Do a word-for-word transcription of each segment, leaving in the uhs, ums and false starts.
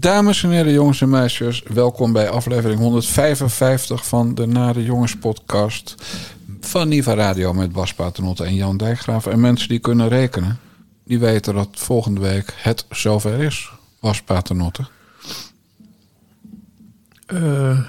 Dames en heren, jongens en meisjes, welkom bij aflevering honderdvijfenvijftig van de Nare Jongens podcast van Niva Radio met Bas Paternotte en Jan Dijkgraaf. En mensen die kunnen rekenen, die weten dat volgende week het zover is. Bas Paternotte. Uh,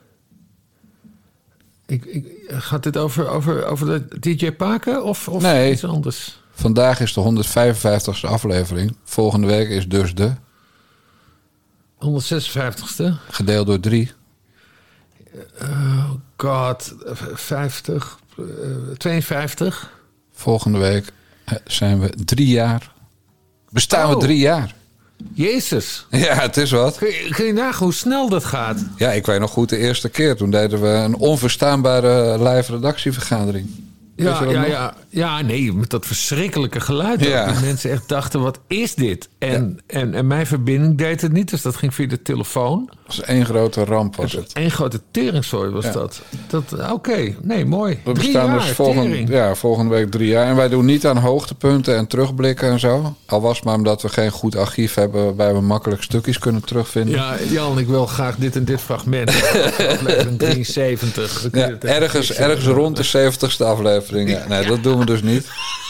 ik, ik, gaat dit over, over, over de D J Paken of, of nee, iets anders? Vandaag is de honderdvijfenvijftigste aflevering. Volgende week is dus de... honderdzesenvijftigste. Gedeeld door drie. Oh god, vijftig, uh, tweeënvijftig. Volgende week zijn we drie jaar. Bestaan oh. we drie jaar. Jezus. Ja, het is wat. Kun je, kun je nagaan hoe snel dat gaat? Ja, ik weet nog goed de eerste keer. Toen deden we een onverstaanbare live redactievergadering. Ja, ja, nog? ja, ja, nee, met dat verschrikkelijke geluid. Ja. Dat mensen echt dachten, wat is dit? En, ja. en, en mijn verbinding deed het niet, dus dat ging via de telefoon. Dat was één grote ramp, was het. Eén grote teringzooi was ja. dat. dat Oké, okay. nee, mooi. We drie bestaan jaar, dus volgende, ja, volgende week drie jaar. En wij doen niet aan hoogtepunten en terugblikken en zo. Al was maar omdat we geen goed archief hebben waarbij we makkelijk stukjes kunnen terugvinden. Ja, Jan, ik wil graag dit en dit fragment. aflevering drieënzeventig. Ja, ergens, ergens rond de zeventigste aflevering. Ja, nee, dat doen we dus niet.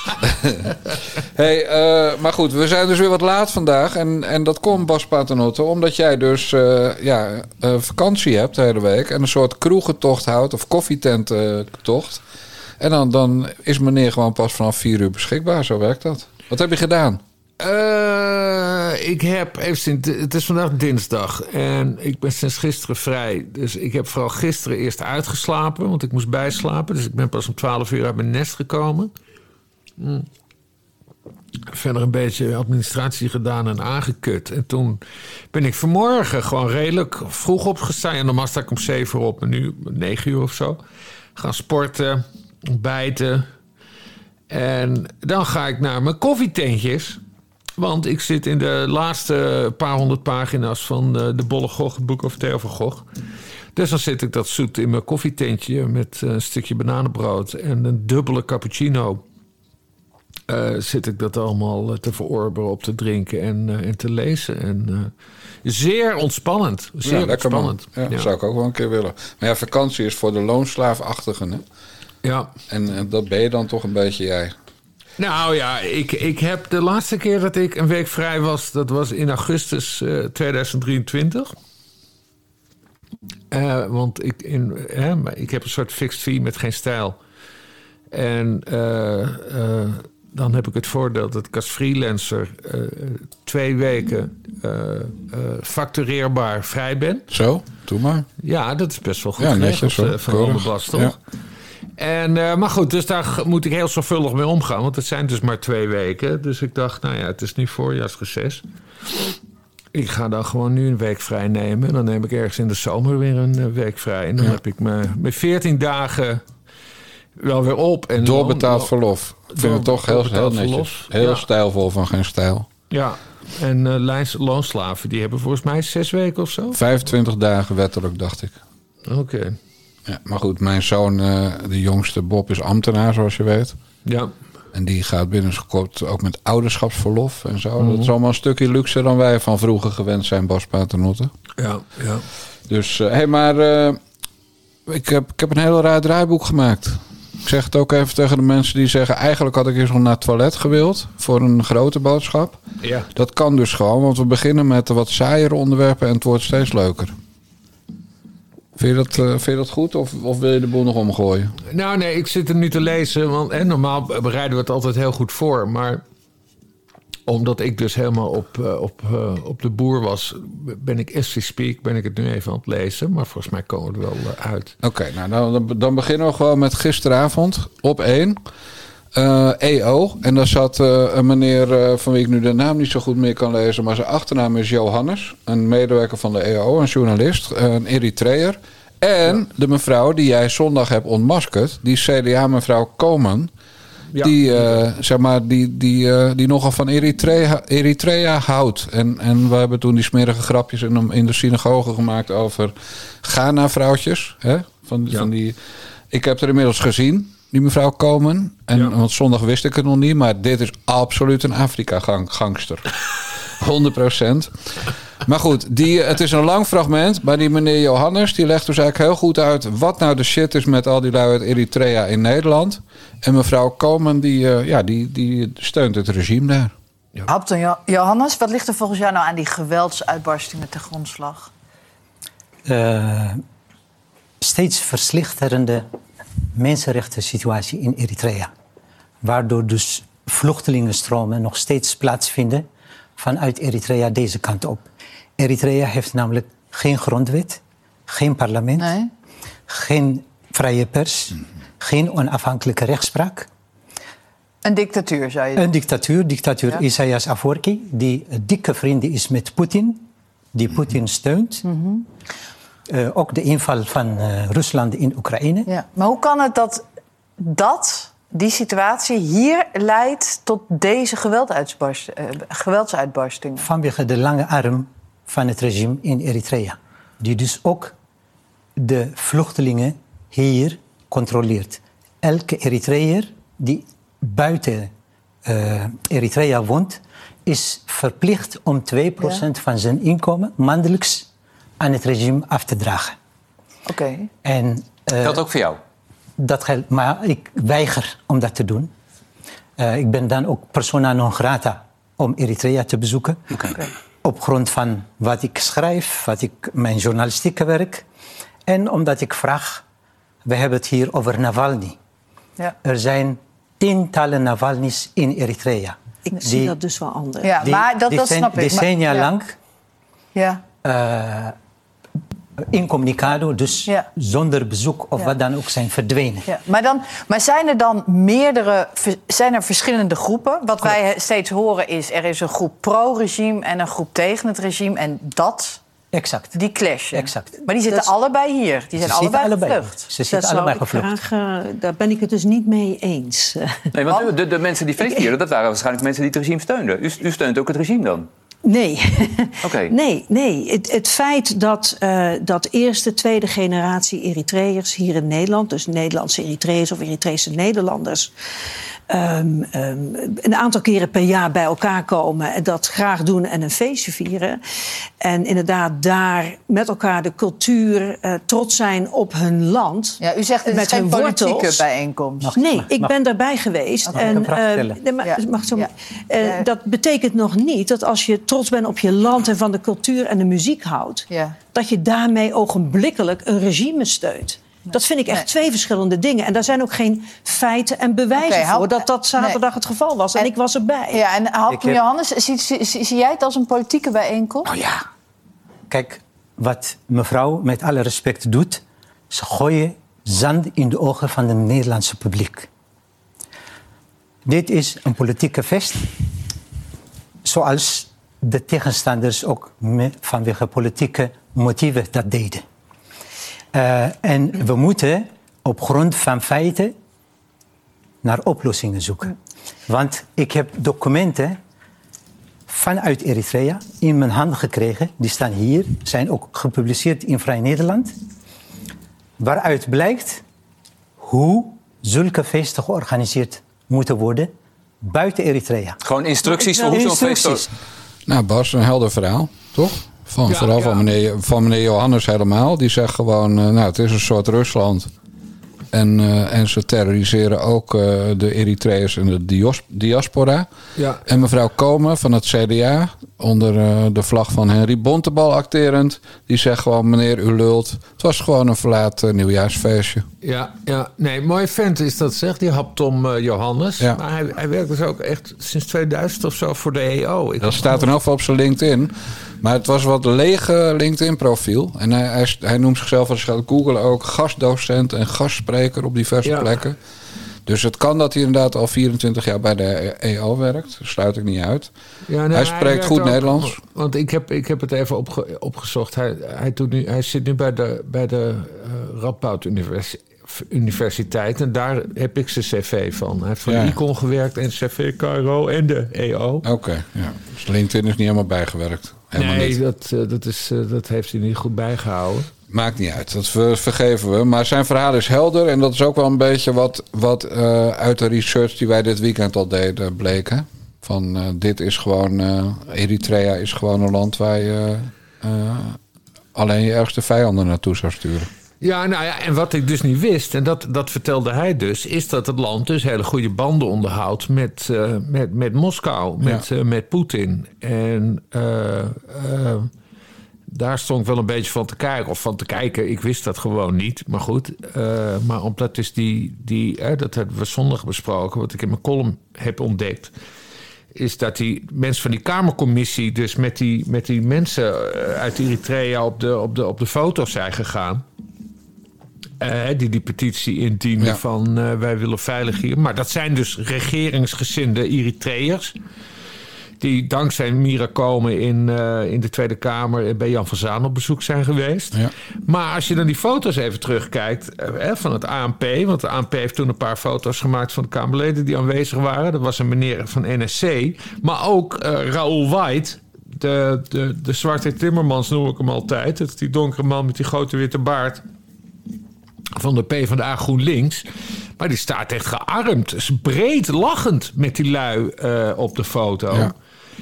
hey, uh, maar goed, we zijn dus weer wat laat vandaag. En, en dat komt, Bas Paternotte, omdat jij dus uh, ja, uh, vakantie hebt de hele week. En een soort kroegentocht houdt of koffietententocht. En dan, dan is meneer gewoon pas vanaf vier uur beschikbaar. Zo werkt dat. Wat heb je gedaan? Uh, ik heb even sinds, het is vandaag dinsdag en ik ben sinds gisteren vrij. Dus ik heb vooral gisteren eerst uitgeslapen, want ik moest bijslapen. Dus ik ben pas om twaalf uur uit mijn nest gekomen. Hmm. Verder een beetje administratie gedaan en aangekut. En toen ben ik vanmorgen gewoon redelijk vroeg opgestaan. En normaal sta ik om zeven uur op, maar nu negen uur of zo. Gaan sporten, ontbijten. En dan ga ik naar mijn koffietentjes. Want ik zit in de laatste paar honderd pagina's van de, de Bolle Gogh, het boek over Theo van Gogh. Dus dan zit ik dat zoet in mijn koffietentje met een stukje bananenbrood en een dubbele cappuccino. Uh, zit ik dat allemaal te verorberen, op te drinken en, uh, en te lezen. En uh, zeer ontspannend. Zeer ja, lekker ontspannend. Ja, dat ja. zou ik ook wel een keer willen. Maar ja, vakantie is voor de loonslaafachtigen, hè? Ja. En, en dat ben je dan toch een beetje jij. Nou ja, ik, ik heb de laatste keer dat ik een week vrij was, dat was in augustus uh, tweeduizend drieëntwintig. Uh, want ik, in, hè, ik heb een soort fixed fee met geen stijl. En uh, uh, dan heb ik het voordeel dat ik als freelancer uh, twee weken uh, uh, factureerbaar vrij ben. Zo, doe maar. Ja, dat is best wel goed ja, geregeld netjes, uh, van Ronde Bas, toch? Ja. En, uh, maar goed, dus daar moet ik heel zorgvuldig mee omgaan. Want het zijn dus maar twee weken. Dus ik dacht, nou ja, het is nu voorjaarsreces. Ik ga dan gewoon nu een week vrij nemen. En dan neem ik ergens in de zomer weer een week vrij. En dan ja. heb ik mijn veertien dagen wel weer op. En doorbetaald dan, verlof. Ik vind het toch heel, heel netjes. Verlof. Heel ja. stijlvol van geen stijl. Ja, en uh, loonslaven, die hebben volgens mij zes weken of zo? vijfentwintig dagen wettelijk, dacht ik. Oké. Okay. Ja, maar goed, mijn zoon, uh, de jongste Bob, is ambtenaar, zoals je weet. Ja. En die gaat binnenkort ook met ouderschapsverlof en zo. Mm-hmm. Dat is allemaal een stukje luxe dan wij van vroeger gewend zijn, Bas Paternotte. Ja, ja. Dus, hé, uh, hey, maar uh, ik, heb, ik heb een heel raar draaiboek gemaakt. Ik zeg het ook even tegen de mensen die zeggen, eigenlijk had ik eerst nog naar het toilet gewild voor een grote boodschap. Ja. Dat kan dus gewoon, want we beginnen met de wat saaiere onderwerpen en het wordt steeds leuker. Vind je dat, uh, vind je dat goed of, of wil je de boel nog omgooien? Nou nee, ik zit er nu te lezen. Want en normaal bereiden we het altijd heel goed voor. Maar omdat ik dus helemaal op, uh, op, uh, op de boer was, ben ik as we speak, ben ik het nu even aan het lezen. Maar volgens mij komen we er wel uh, uit. Oké, okay, nou dan, dan beginnen we gewoon met gisteravond op één. Uh, E O. En daar zat uh, een meneer uh, van wie ik nu de naam niet zo goed meer kan lezen. Maar zijn achternaam is Johannes. Een medewerker van de E O, een journalist, een Eritreër. En ja. de mevrouw die jij zondag hebt ontmaskerd, die C D A-mevrouw Komen. Ja. Die, uh, zeg maar, die, die, uh, die nogal van Eritrea, Eritrea houdt. En, en we hebben toen die smerige grapjes in, in de synagoge gemaakt over Ghana-vrouwtjes. Hè? Van, ja. van die, ik heb er inmiddels gezien. Die mevrouw Komen. En, ja. Want zondag wist ik het nog niet. Maar dit is absoluut een Afrika-gangster. honderd procent. Maar goed, die, het is een lang fragment. Maar die meneer Johannes, die legt dus eigenlijk heel goed uit... wat nou de shit is met al die lui uit Eritrea in Nederland. En mevrouw Komen, die, uh, ja, die, die steunt het regime daar. Ja. Hapton, Johannes, wat ligt er volgens jou nou aan die geweldsuitbarstingen ten grondslag? Uh, steeds verslechterende mensenrechten situatie in Eritrea. Waardoor dus vluchtelingenstromen nog steeds plaatsvinden vanuit Eritrea deze kant op. Eritrea heeft namelijk geen grondwet, geen parlement, nee. geen vrije pers, mm-hmm. geen onafhankelijke rechtspraak. Een dictatuur, zou je Een dictatuur, dictatuur ja. Isaias Afwerki, die dikke vrienden is met Poetin, die Poetin steunt. Mm-hmm. Uh, ook de inval van uh, Rusland in Oekraïne. Ja. Maar hoe kan het dat dat, die situatie hier leidt tot deze geweldsuitbarst, uh, geweldsuitbarsting? Vanwege de lange arm van het regime in Eritrea. Die dus ook de vluchtelingen hier controleert. Elke Eritreër die buiten uh, Eritrea woont, is verplicht om twee procent ja. van zijn inkomen maandelijks aan het regime af te dragen. Oké. Okay. En uh, geldt ook voor jou? Dat geldt, maar ik weiger om dat te doen. Uh, ik ben dan ook persona non grata om Eritrea te bezoeken. Okay. Okay. Op grond van wat ik schrijf, wat ik, mijn journalistieke werk. En omdat ik vraag, we hebben het hier over Navalny. Ja. Er zijn tientallen Navalny's in Eritrea. Ik die, zie dat dus wel anders. Ja, die, maar dat, dat snap ik. Decennia maar, ja. lang... Ja. Uh, incommunicado, dus ja. zonder bezoek of ja. wat dan ook, zijn verdwenen. Ja. Maar, dan, maar zijn er dan meerdere, zijn er verschillende groepen? Wat Correct. wij steeds horen is, er is een groep pro-regime en een groep tegen het regime. En dat, exact. die clashen. Exact. Maar die zitten dus, allebei hier. Die zijn allebei, allebei gevlucht. Ze zitten allebei gevlucht. Graag, uh, daar ben ik het dus niet mee eens. Nee, want de, de mensen die feestvierden, dat waren waarschijnlijk mensen die het regime steunden. U, u steunt ook het regime dan? Nee. Okay. nee, nee. Het, het feit dat, uh, dat eerste, tweede generatie Eritreërs hier in Nederland, dus Nederlandse Eritreërs of Eritrese Nederlanders, Um, um, een aantal keren per jaar bij elkaar komen en dat graag doen en een feestje vieren. En inderdaad daar met elkaar de cultuur, uh, trots zijn op hun land. Ja, u zegt het is geen politieke bijeenkomst. Mag, nee, mag, ik mag. ben daarbij geweest. Okay. En, uh, nee, maar, ja. mag zo, ja. uh, ja. Dat betekent nog niet dat als je trots bent op je land en van de cultuur en de muziek houdt, ja. dat je daarmee ogenblikkelijk een regime steunt. Dat vind ik echt nee. twee verschillende dingen. En daar zijn ook geen feiten en bewijzen okay, voor dat dat zaterdag nee. het geval was. En, en ik was erbij. Ja, en Hapton heb... Johannes, zie, zie, zie, zie jij het als een politieke bijeenkomst? Oh ja. Kijk, wat mevrouw met alle respect doet, ze gooien zand in de ogen van het Nederlandse publiek. Dit is een politieke fest, zoals de tegenstanders ook vanwege politieke motieven dat deden. Uh, en we moeten op grond van feiten naar oplossingen zoeken. Want ik heb documenten vanuit Eritrea in mijn handen gekregen. Die staan hier, zijn ook gepubliceerd in Vrij Nederland. Waaruit blijkt hoe zulke feesten georganiseerd moeten worden buiten Eritrea. Gewoon instructies voor hoe zo'n feest... Nou Bas, een helder verhaal, toch? Van, ja, vooral ja. van, meneer, van meneer Johannes helemaal. Die zegt gewoon, uh, nou, het is een soort Rusland. En, uh, en ze terroriseren ook uh, de Eritreërs en de dios- diaspora. Ja. En mevrouw Komen van het C D A, onder uh, de vlag van Henry Bontebal acterend, die zegt gewoon, meneer, u lult. Het was gewoon een verlaat uh, nieuwjaarsfeestje. Ja, ja, nee, mooi vent is dat, zegt die Hapton uh, Johannes. Ja. Maar hij, hij werkt dus ook echt sinds tweeduizend of zo voor de E O. Ik dat staat er nog wel op zijn LinkedIn. Maar het was wat lege LinkedIn-profiel. En hij, hij, hij noemt zichzelf, als je gaat googlen, ook gastdocent en gastspreker op diverse ja. plekken. Dus het kan dat hij inderdaad al vierentwintig jaar bij de E O werkt. Dat sluit ik niet uit. Ja, nee, hij spreekt hij goed ook, Nederlands. Want ik heb, ik heb het even opge, opgezocht. Hij, hij, doet nu, hij zit nu bij de, bij de uh, Radboud Universiteit. Universiteit en daar heb ik zijn cv van. Hij heeft van ja. Icon gewerkt en C V, K R O en de E O. Oké, okay, ja. Dus LinkedIn is niet helemaal bijgewerkt. Helemaal nee, niet. Dat, uh, dat, is, uh, dat heeft hij niet goed bijgehouden. Maakt niet uit, dat vergeven we. Maar zijn verhaal is helder en dat is ook wel een beetje wat, wat uh, uit de research die wij dit weekend al deden bleken. Van uh, dit is gewoon... Uh, Eritrea is gewoon een land waar je uh, alleen je ergste vijanden naartoe zou sturen. Ja, nou ja, en wat ik dus niet wist, en dat, dat vertelde hij dus... is dat het land dus hele goede banden onderhoudt met, uh, met, met Moskou, met, ja. uh, met Poetin. En uh, uh, daar stond ik wel een beetje van te kijken. Of van te kijken, ik wist dat gewoon niet. Maar goed, uh, maar omdat dus die... die uh, dat hebben we zondag besproken, wat ik in mijn column heb ontdekt... is dat die mensen van die Kamercommissie... dus met die, met die mensen uit Eritrea op de, op de, op de foto's zijn gegaan... Uh, die die petitie indienen ja. van uh, wij willen veilig hier. Maar dat zijn dus regeringsgezinde Eritreërs... die dankzij Mira Komen in, uh, in de Tweede Kamer... bij Jan van Zaan op bezoek zijn geweest. Ja. Maar als je dan die foto's even terugkijkt uh, van het A N P... want de A N P heeft toen een paar foto's gemaakt van de Kamerleden... die aanwezig waren. Dat was een meneer van N S C. Maar ook uh, Raoul White... De, de, de zwarte Timmermans noem ik hem altijd. Dat is die donkere man met die grote witte baard... van de PvdA GroenLinks. Maar die staat echt gearmd. Dus breed lachend met die lui uh, op de foto. Ja.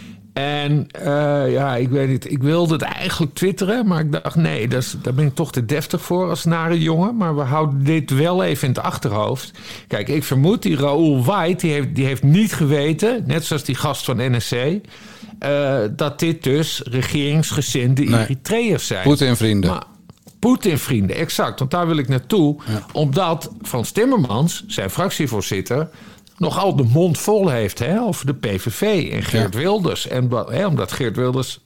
En uh, ja, ik weet niet. Ik wilde het eigenlijk twitteren. Maar ik dacht, nee, dat is, daar ben ik toch te deftig voor als nare jongen. Maar we houden dit wel even in het achterhoofd. Kijk, ik vermoed die Raoul White... die heeft, die heeft niet geweten, net zoals die gast van N S C... Uh, dat dit dus regeringsgezinde nee. Eritreërs zijn. Poetin-vrienden. Maar, Poetin-vrienden, exact. Want daar wil ik naartoe. Ja. Omdat Frans Timmermans, zijn fractievoorzitter... nogal de mond vol heeft hè, over de P V V en Geert ja. Wilders. En hè, omdat Geert Wilders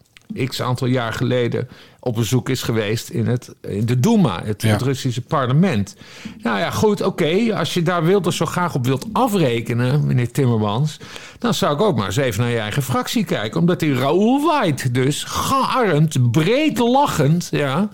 x aantal jaar geleden op bezoek is geweest in, het, in de Duma, het, ja. het Russische parlement. Nou ja, goed, oké. Okay, als je daar Wilders zo graag op wilt afrekenen, meneer Timmermans... dan zou ik ook maar eens even naar je eigen fractie kijken. Omdat die Raoul White dus gearmd, breed lachend... ja,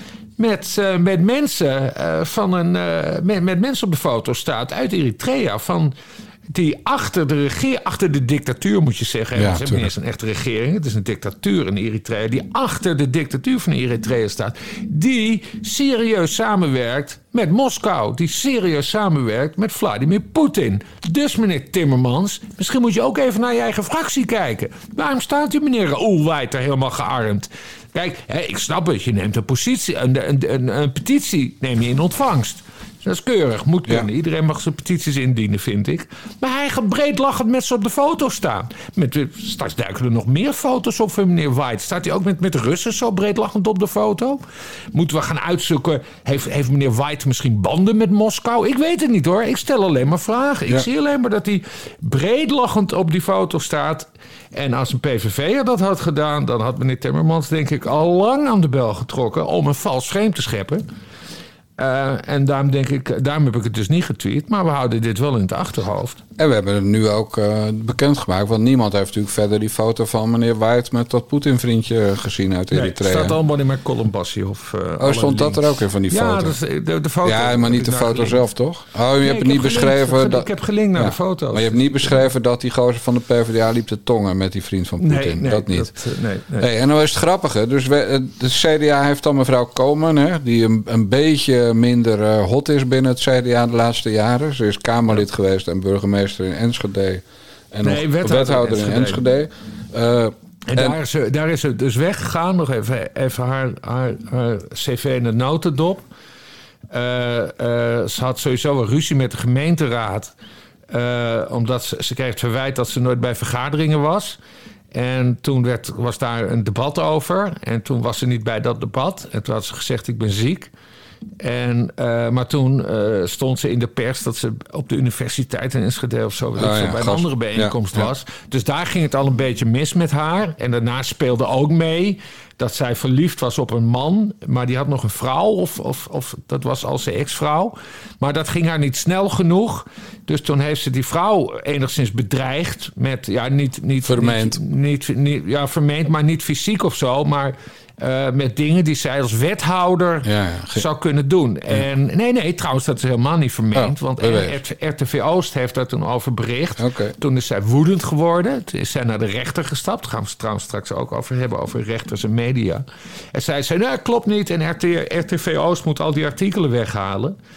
met, uh, met, mensen, uh, van een, uh, met, met mensen op de foto staat uit Eritrea... van die achter de, regeer, achter de dictatuur, moet je zeggen... Ja, het is niet eens een echte regering, het is een dictatuur in Eritrea... die achter de dictatuur van Eritrea staat... die serieus samenwerkt met Moskou... die serieus samenwerkt met Vladimir Poetin. Dus meneer Timmermans, misschien moet je ook even naar je eigen fractie kijken. Waarom staat u meneer Raoul White er helemaal gearmd? Kijk, hè, ik snap het, je neemt een, positie, een, een, een, een petitie neem je in ontvangst... Dat is keurig, moet kunnen. Ja. Iedereen mag zijn petities indienen, vind ik. Maar hij gaat breed lachend met ze op de foto staan. Met, straks duiken er nog meer foto's op van meneer White. Staat hij ook met, met de Russen zo breed lachend op de foto? Moeten we gaan uitzoeken, heeft, heeft meneer White misschien banden met Moskou? Ik weet het niet hoor, ik stel alleen maar vragen. Ik ja. zie alleen maar dat hij breed lachend op die foto staat. En als een P V V'er dat had gedaan... dan had meneer Timmermans denk ik al lang aan de bel getrokken... om een vals vreemd te scheppen... Uh, en daarom denk ik, daarom heb ik het dus niet getweet. Maar we houden dit wel in het achterhoofd. En we hebben het nu ook uh, bekendgemaakt. Want niemand heeft natuurlijk verder die foto van meneer White... met dat Poetin-vriendje gezien uit Eritrea. Nee, het staat allemaal in mijn column, Bassie. Of, uh, oh, stond dat er ook in van die foto? Ja, dat is de, de foto. Ja, maar niet de foto gelinkt. Zelf, toch? Oh, je nee, hebt het niet beschreven... Gelinkt, dat... Ik heb gelinkt naar ja, de foto's. Maar je hebt niet beschreven dat die gozer van de PvdA liep te tongen... met die vriend van Poetin. Nee, nee, dat niet. Dat, nee, nee. Hey, en nou is het grappige. Dus we, de C D A heeft dan mevrouw Komen... Hè, die een, een beetje minder... Uh, hot is binnen het C D A de laatste jaren. Ze is Kamerlid ja. geweest en burgemeester in Enschede. En nee, nog wethouder, wethouder in Enschede. In Enschede. Uh, en, en daar, is ze, daar is ze dus weggegaan. Nog even, even haar, haar, haar cv in de notendop. Uh, uh, ze had sowieso een ruzie met de gemeenteraad. Uh, omdat ze, ze kreeg het verwijt dat ze nooit bij vergaderingen was. En toen werd, was daar een debat over. En toen was ze niet bij dat debat. En toen had ze gezegd, ik ben ziek. En, uh, maar toen uh, stond ze in de pers dat ze op de universiteit in Enschede of zo, oh, ja, bij een andere bijeenkomst ja, was. Ja. Dus daar ging het al een beetje mis met haar. En daarna speelde ook mee dat zij verliefd was op een man, maar die had nog een vrouw, of, of, of dat was al zijn ex-vrouw. Maar dat ging haar niet snel genoeg. Dus toen heeft ze die vrouw enigszins bedreigd met, ja, niet... niet vermeend. Niet, niet, niet, ja, vermeend, maar niet fysiek of zo, maar... Uh, met dingen die zij als wethouder ja, ja, ge- zou kunnen doen. Ja. En nee, nee, trouwens, dat is helemaal niet vermeend. Oh, want R T V Oost heeft daar toen over bericht. Okay. Toen is zij woedend geworden. Toen is zij naar de rechter gestapt. Daar gaan we het trouwens straks ook over hebben, over rechters en media. En zij zei, nee, klopt niet. En R T V Oost moet al die artikelen weghalen.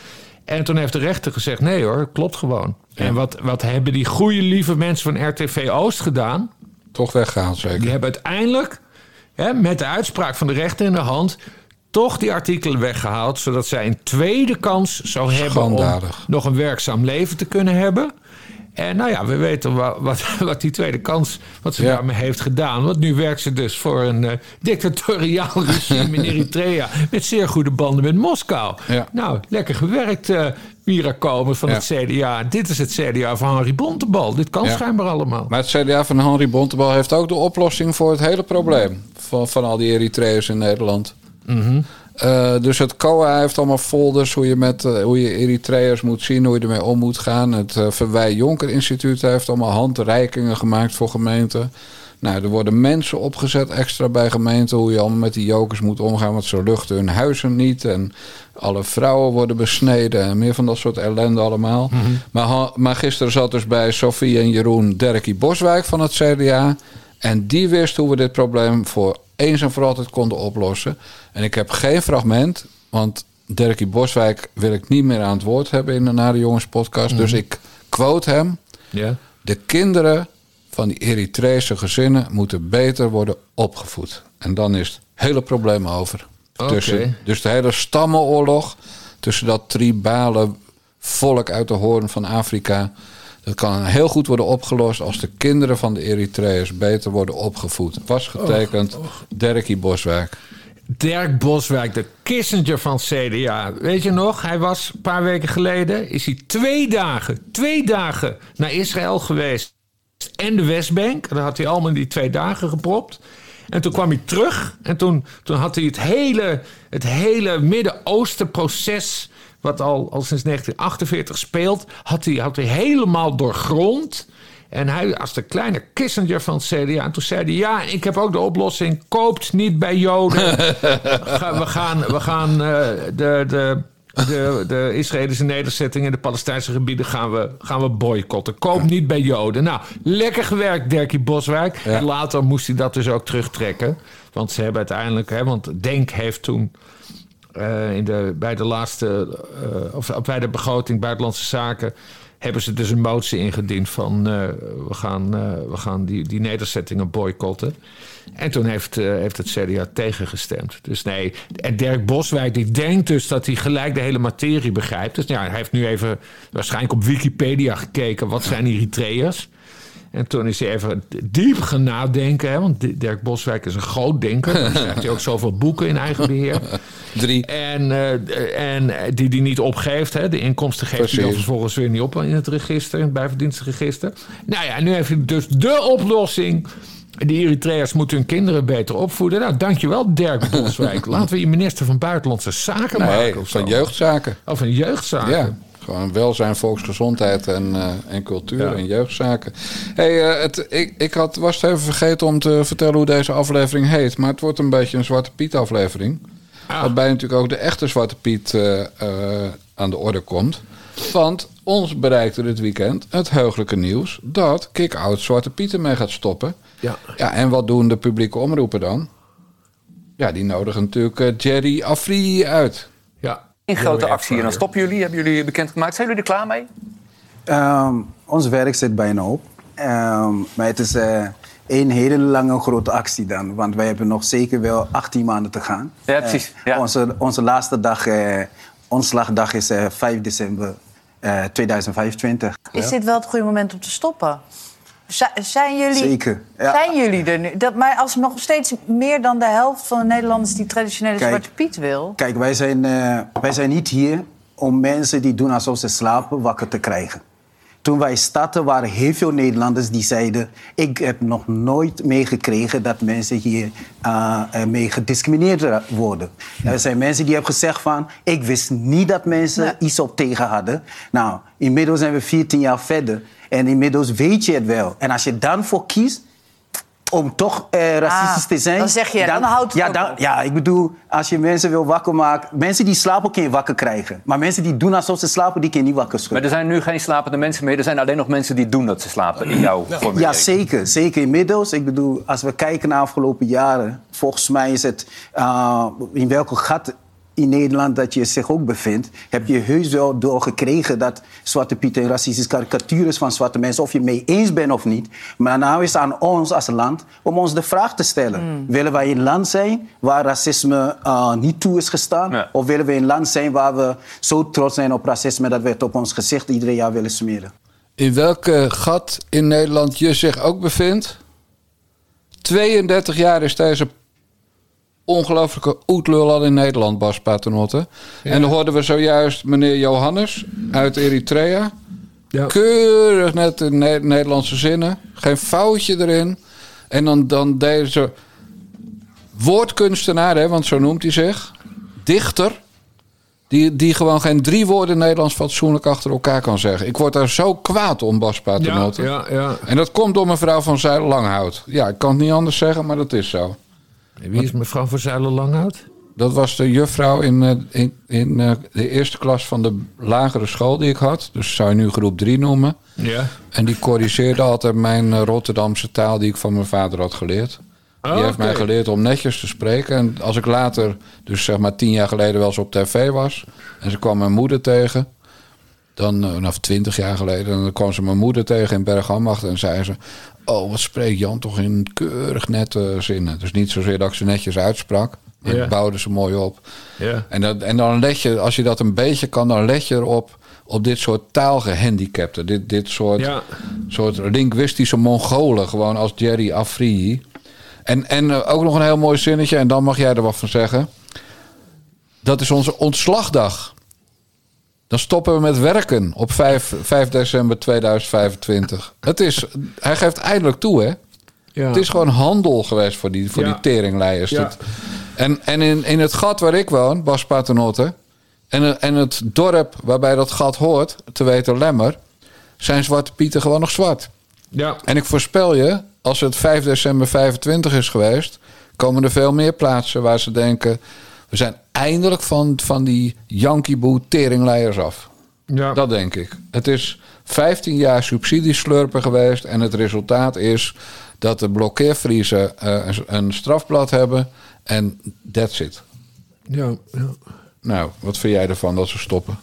En toen heeft de rechter gezegd, nee hoor, klopt gewoon. Ja. En wat, wat hebben die goede lieve mensen van R T V Oost gedaan? Toch weggehaald zeker. Die hebben uiteindelijk, hè, met de uitspraak van de rechter in de hand, toch die artikelen weggehaald, zodat zij een tweede kans zou hebben om nog een werkzaam leven te kunnen hebben. En nou ja, we weten wat, wat, wat die tweede kans, wat ze ja. daarmee heeft gedaan. Want nu werkt ze dus voor een uh, dictatoriaal regime in Eritrea met zeer goede banden met Moskou. Ja. Nou, lekker gewerkt, uh, Mira Komen van ja. het C D A. Dit is het C D A van Henri Bontebal. Dit kan ja. schijnbaar allemaal. Maar het C D A van Henri Bontebal heeft ook de oplossing voor het hele probleem van, van al die Eritreërs in Nederland. Mm-hmm. Uh, dus het C O A heeft allemaal folders hoe je met uh, hoe je Eritreërs moet zien, hoe je ermee om moet gaan. Het uh, Verwij Jonker Instituut heeft allemaal handreikingen gemaakt voor gemeenten. Nou, er worden mensen opgezet extra bij gemeenten hoe je allemaal met die jokers moet omgaan, want ze luchten hun huizen niet en alle vrouwen worden besneden en meer van dat soort ellende allemaal. Mm-hmm. Maar, maar gisteren zat dus bij Sofie en Jeroen Derkie Boswijk van het C D A en die wist hoe we dit probleem voor eens en voor altijd konden oplossen. En ik heb geen fragment, want Derkie Boswijk wil ik niet meer aan het woord hebben in de Nare Jongens podcast. Mm. Dus ik quote hem. Yeah. De kinderen van die Eritrese gezinnen moeten beter worden opgevoed. En dan is het hele probleem over. Okay. Tussen, dus de hele stammenoorlog tussen dat tribale volk uit de hoorn van Afrika, dat kan heel goed worden opgelost als de kinderen van de Eritreërs beter worden opgevoed. Was getekend oh, oh. Derkie Boswijk. Dirk Boswijk, de Kissinger van het C D A. Weet je nog, hij was een paar weken geleden, is hij twee dagen, twee dagen naar Israël geweest. En de Westbank. Dat had hij allemaal in die twee dagen gepropt. En toen kwam hij terug. En toen, toen had hij het hele, het hele Midden-Oosten proces, wat al, al sinds negentien achtenveertig speelt, had hij, had hij helemaal doorgrond. En hij als de kleine Kissinger van het C D A. En toen zei hij, ja, ik heb ook de oplossing. Koopt niet bij Joden. we gaan, we gaan uh, de, de, de, de Israëlische nederzettingen in de Palestijnse gebieden gaan we, gaan we boycotten. Koop niet bij Joden. Nou, lekker gewerkt, Derkie Boswijk. Ja. En later moest hij dat dus ook terugtrekken. Want ze hebben uiteindelijk, hè, want Denk heeft toen Uh, in de, bij de laatste, uh, of bij de begroting Buitenlandse Zaken, hebben ze dus een motie ingediend van uh, we gaan, uh, we gaan die, die nederzettingen boycotten. En toen heeft, uh, heeft het C D A tegengestemd. Dus nee, en Dirk Boswijk die denkt dus dat hij gelijk de hele materie begrijpt. Dus ja, hij heeft nu even waarschijnlijk op Wikipedia gekeken, wat zijn Eritreërs? En toen is hij even diep gaan nadenken. Hè, want Dirk Boswijk is een groot denker. Dan schrijft hij ook zoveel boeken in eigen beheer. Drie. En, uh, en die die niet opgeeft. Hè, de inkomsten geeft Precies. hij dan vervolgens weer niet op in het register. In het bijverdienstenregister. Nou ja, nu heeft hij dus de oplossing. De Eritreërs moeten hun kinderen beter opvoeden. Nou, dankjewel Dirk Boswijk. Laten we je minister van Buitenlandse Zaken nee, maken. Of van zo. jeugdzaken. Of van jeugdzaken. Ja. Gewoon welzijn, volksgezondheid en, uh, en cultuur ja. en jeugdzaken. Hey, uh, het, ik ik had, was het even vergeten om te vertellen hoe deze aflevering heet. Maar het wordt een beetje een Zwarte Piet aflevering. Ah. Waarbij natuurlijk ook de echte Zwarte Piet uh, uh, aan de orde komt. Want ons bereikte dit weekend het heugelijke nieuws dat Kick-Out Zwarte Piet ermee gaat stoppen. Ja. Ja, en wat doen de publieke omroepen dan? Ja, die nodigen natuurlijk uh, Jerry Afridi uit. Ja. Een grote actie en dan stoppen jullie. Hebben jullie bekendgemaakt? Zijn jullie er klaar mee? Um, ons werk zit bijna op. Um, maar het is uh, een hele lange grote actie dan. Want wij hebben nog zeker wel achttien maanden te gaan. Ja, precies. Ja. Uh, onze, onze laatste dag, uh, ontslagdag is uh, vijf december uh, tweeduizend vijfentwintig. Is ja. dit wel het goede moment om te stoppen? Z- zijn jullie, Zeker. Ja. Zijn jullie er nu? Dat, maar als nog steeds meer dan de helft van de Nederlanders die traditionele kijk, Zwarte Piet wil. Kijk, wij zijn, uh, wij zijn niet hier om mensen die doen alsof ze slapen wakker te krijgen. Toen wij startten waren heel veel Nederlanders die zeiden, ik heb nog nooit meegekregen dat mensen hier uh, mee gediscrimineerd worden. Er zijn mensen die hebben gezegd van, ik wist niet dat mensen nee. iets op tegen hadden. Nou, inmiddels zijn we veertien jaar verder. En inmiddels weet je het wel. En als je dan voor kiest om toch uh, racistisch ah, te zijn... Dan zeg je, dan, dan houdt het ja, ook dan, op. Ja, ik bedoel, als je mensen wil wakker maken... Mensen die slapen kun je wakker krijgen. Maar mensen die doen alsof ze slapen, die kun je niet wakker schudden. Maar er zijn nu geen slapende mensen meer. Er zijn alleen nog mensen die doen dat ze slapen in jouw formulering. Ja, zeker. Zeker inmiddels. Ik bedoel, als we kijken naar de afgelopen jaren... Volgens mij is het... Uh, in welke gat in Nederland dat je zich ook bevindt, heb je heus wel doorgekregen dat Zwarte Piet een racistische karikatuur is van zwarte mensen, of je het mee eens bent of niet. Maar nou is het aan ons als land om ons de vraag te stellen. Mm. Willen wij een land zijn waar racisme uh, niet toe is gestaan? Ja. Of willen we een land zijn waar we zo trots zijn op racisme dat we het op ons gezicht iedere jaar willen smeren? In welke gat in Nederland je zich ook bevindt? tweeëndertig jaar is deze ongelooflijke oetlul al in Nederland, Bas Paternotte. Ja. En dan hoorden we zojuist meneer Johannes uit Eritrea. Ja. Keurig net in ne- Nederlandse zinnen. Geen foutje erin. En dan, dan deze woordkunstenaar, hè, want zo noemt hij zich. Dichter. Die, die gewoon geen drie woorden Nederlands fatsoenlijk achter elkaar kan zeggen. Ik word daar zo kwaad om, Bas Paternotte. Ja, ja, ja. En dat komt door mevrouw van Zijlen-Langhout. Ja, ik kan het niet anders zeggen, maar dat is zo. Wie is mevrouw van Zijlen-Langhout? Dat was de juffrouw in, in, in de eerste klas van de lagere school die ik had. Dus zou je nu groep drie noemen. Ja. En die corrigeerde altijd mijn Rotterdamse taal die ik van mijn vader had geleerd. Die oh, heeft okay. mij geleerd om netjes te spreken. En als ik later, dus zeg maar tien jaar geleden, wel eens op tv was. En ze kwam mijn moeder tegen. Dan, of twintig jaar geleden. En dan kwam ze mijn moeder tegen in Bergambacht. En zei ze: oh, wat spreekt Jan toch in keurig nette zinnen. Dus niet zozeer dat ik ze netjes uitsprak. Maar yeah. ik bouwde ze mooi op. Yeah. En, dat, en dan let je, als je dat een beetje kan, dan let je erop op dit soort taalgehandicapten. Dit, dit soort, ja. soort linguïstische Mongolen. Gewoon als Jerry Afriyi. En, en ook nog een heel mooi zinnetje, en dan mag jij er wat van zeggen. Dat is onze ontslagdag. Dan stoppen we met werken op vijf december tweeduizend vijfentwintig. Het is, hij geeft eindelijk toe, hè? Ja. Het is gewoon handel geweest voor die, voor ja. die teringleiers. Ja. En, en in, in het gat waar ik woon, Bas Paternotte, en, en het dorp waarbij dat gat hoort, te weten Lemmer, zijn Zwarte Pieten gewoon nog zwart. Ja. En ik voorspel je, als het vijf december vijfentwintig is geweest, komen er veel meer plaatsen waar ze denken, we zijn eindelijk van, van die Yankee-boe teringleiers af. Ja. Dat denk ik. Het is vijftien jaar subsidieslurpen geweest en het resultaat is dat de blokkeervriezen uh, een strafblad hebben en that's it. Ja, ja. Nou, wat vind jij ervan dat ze stoppen?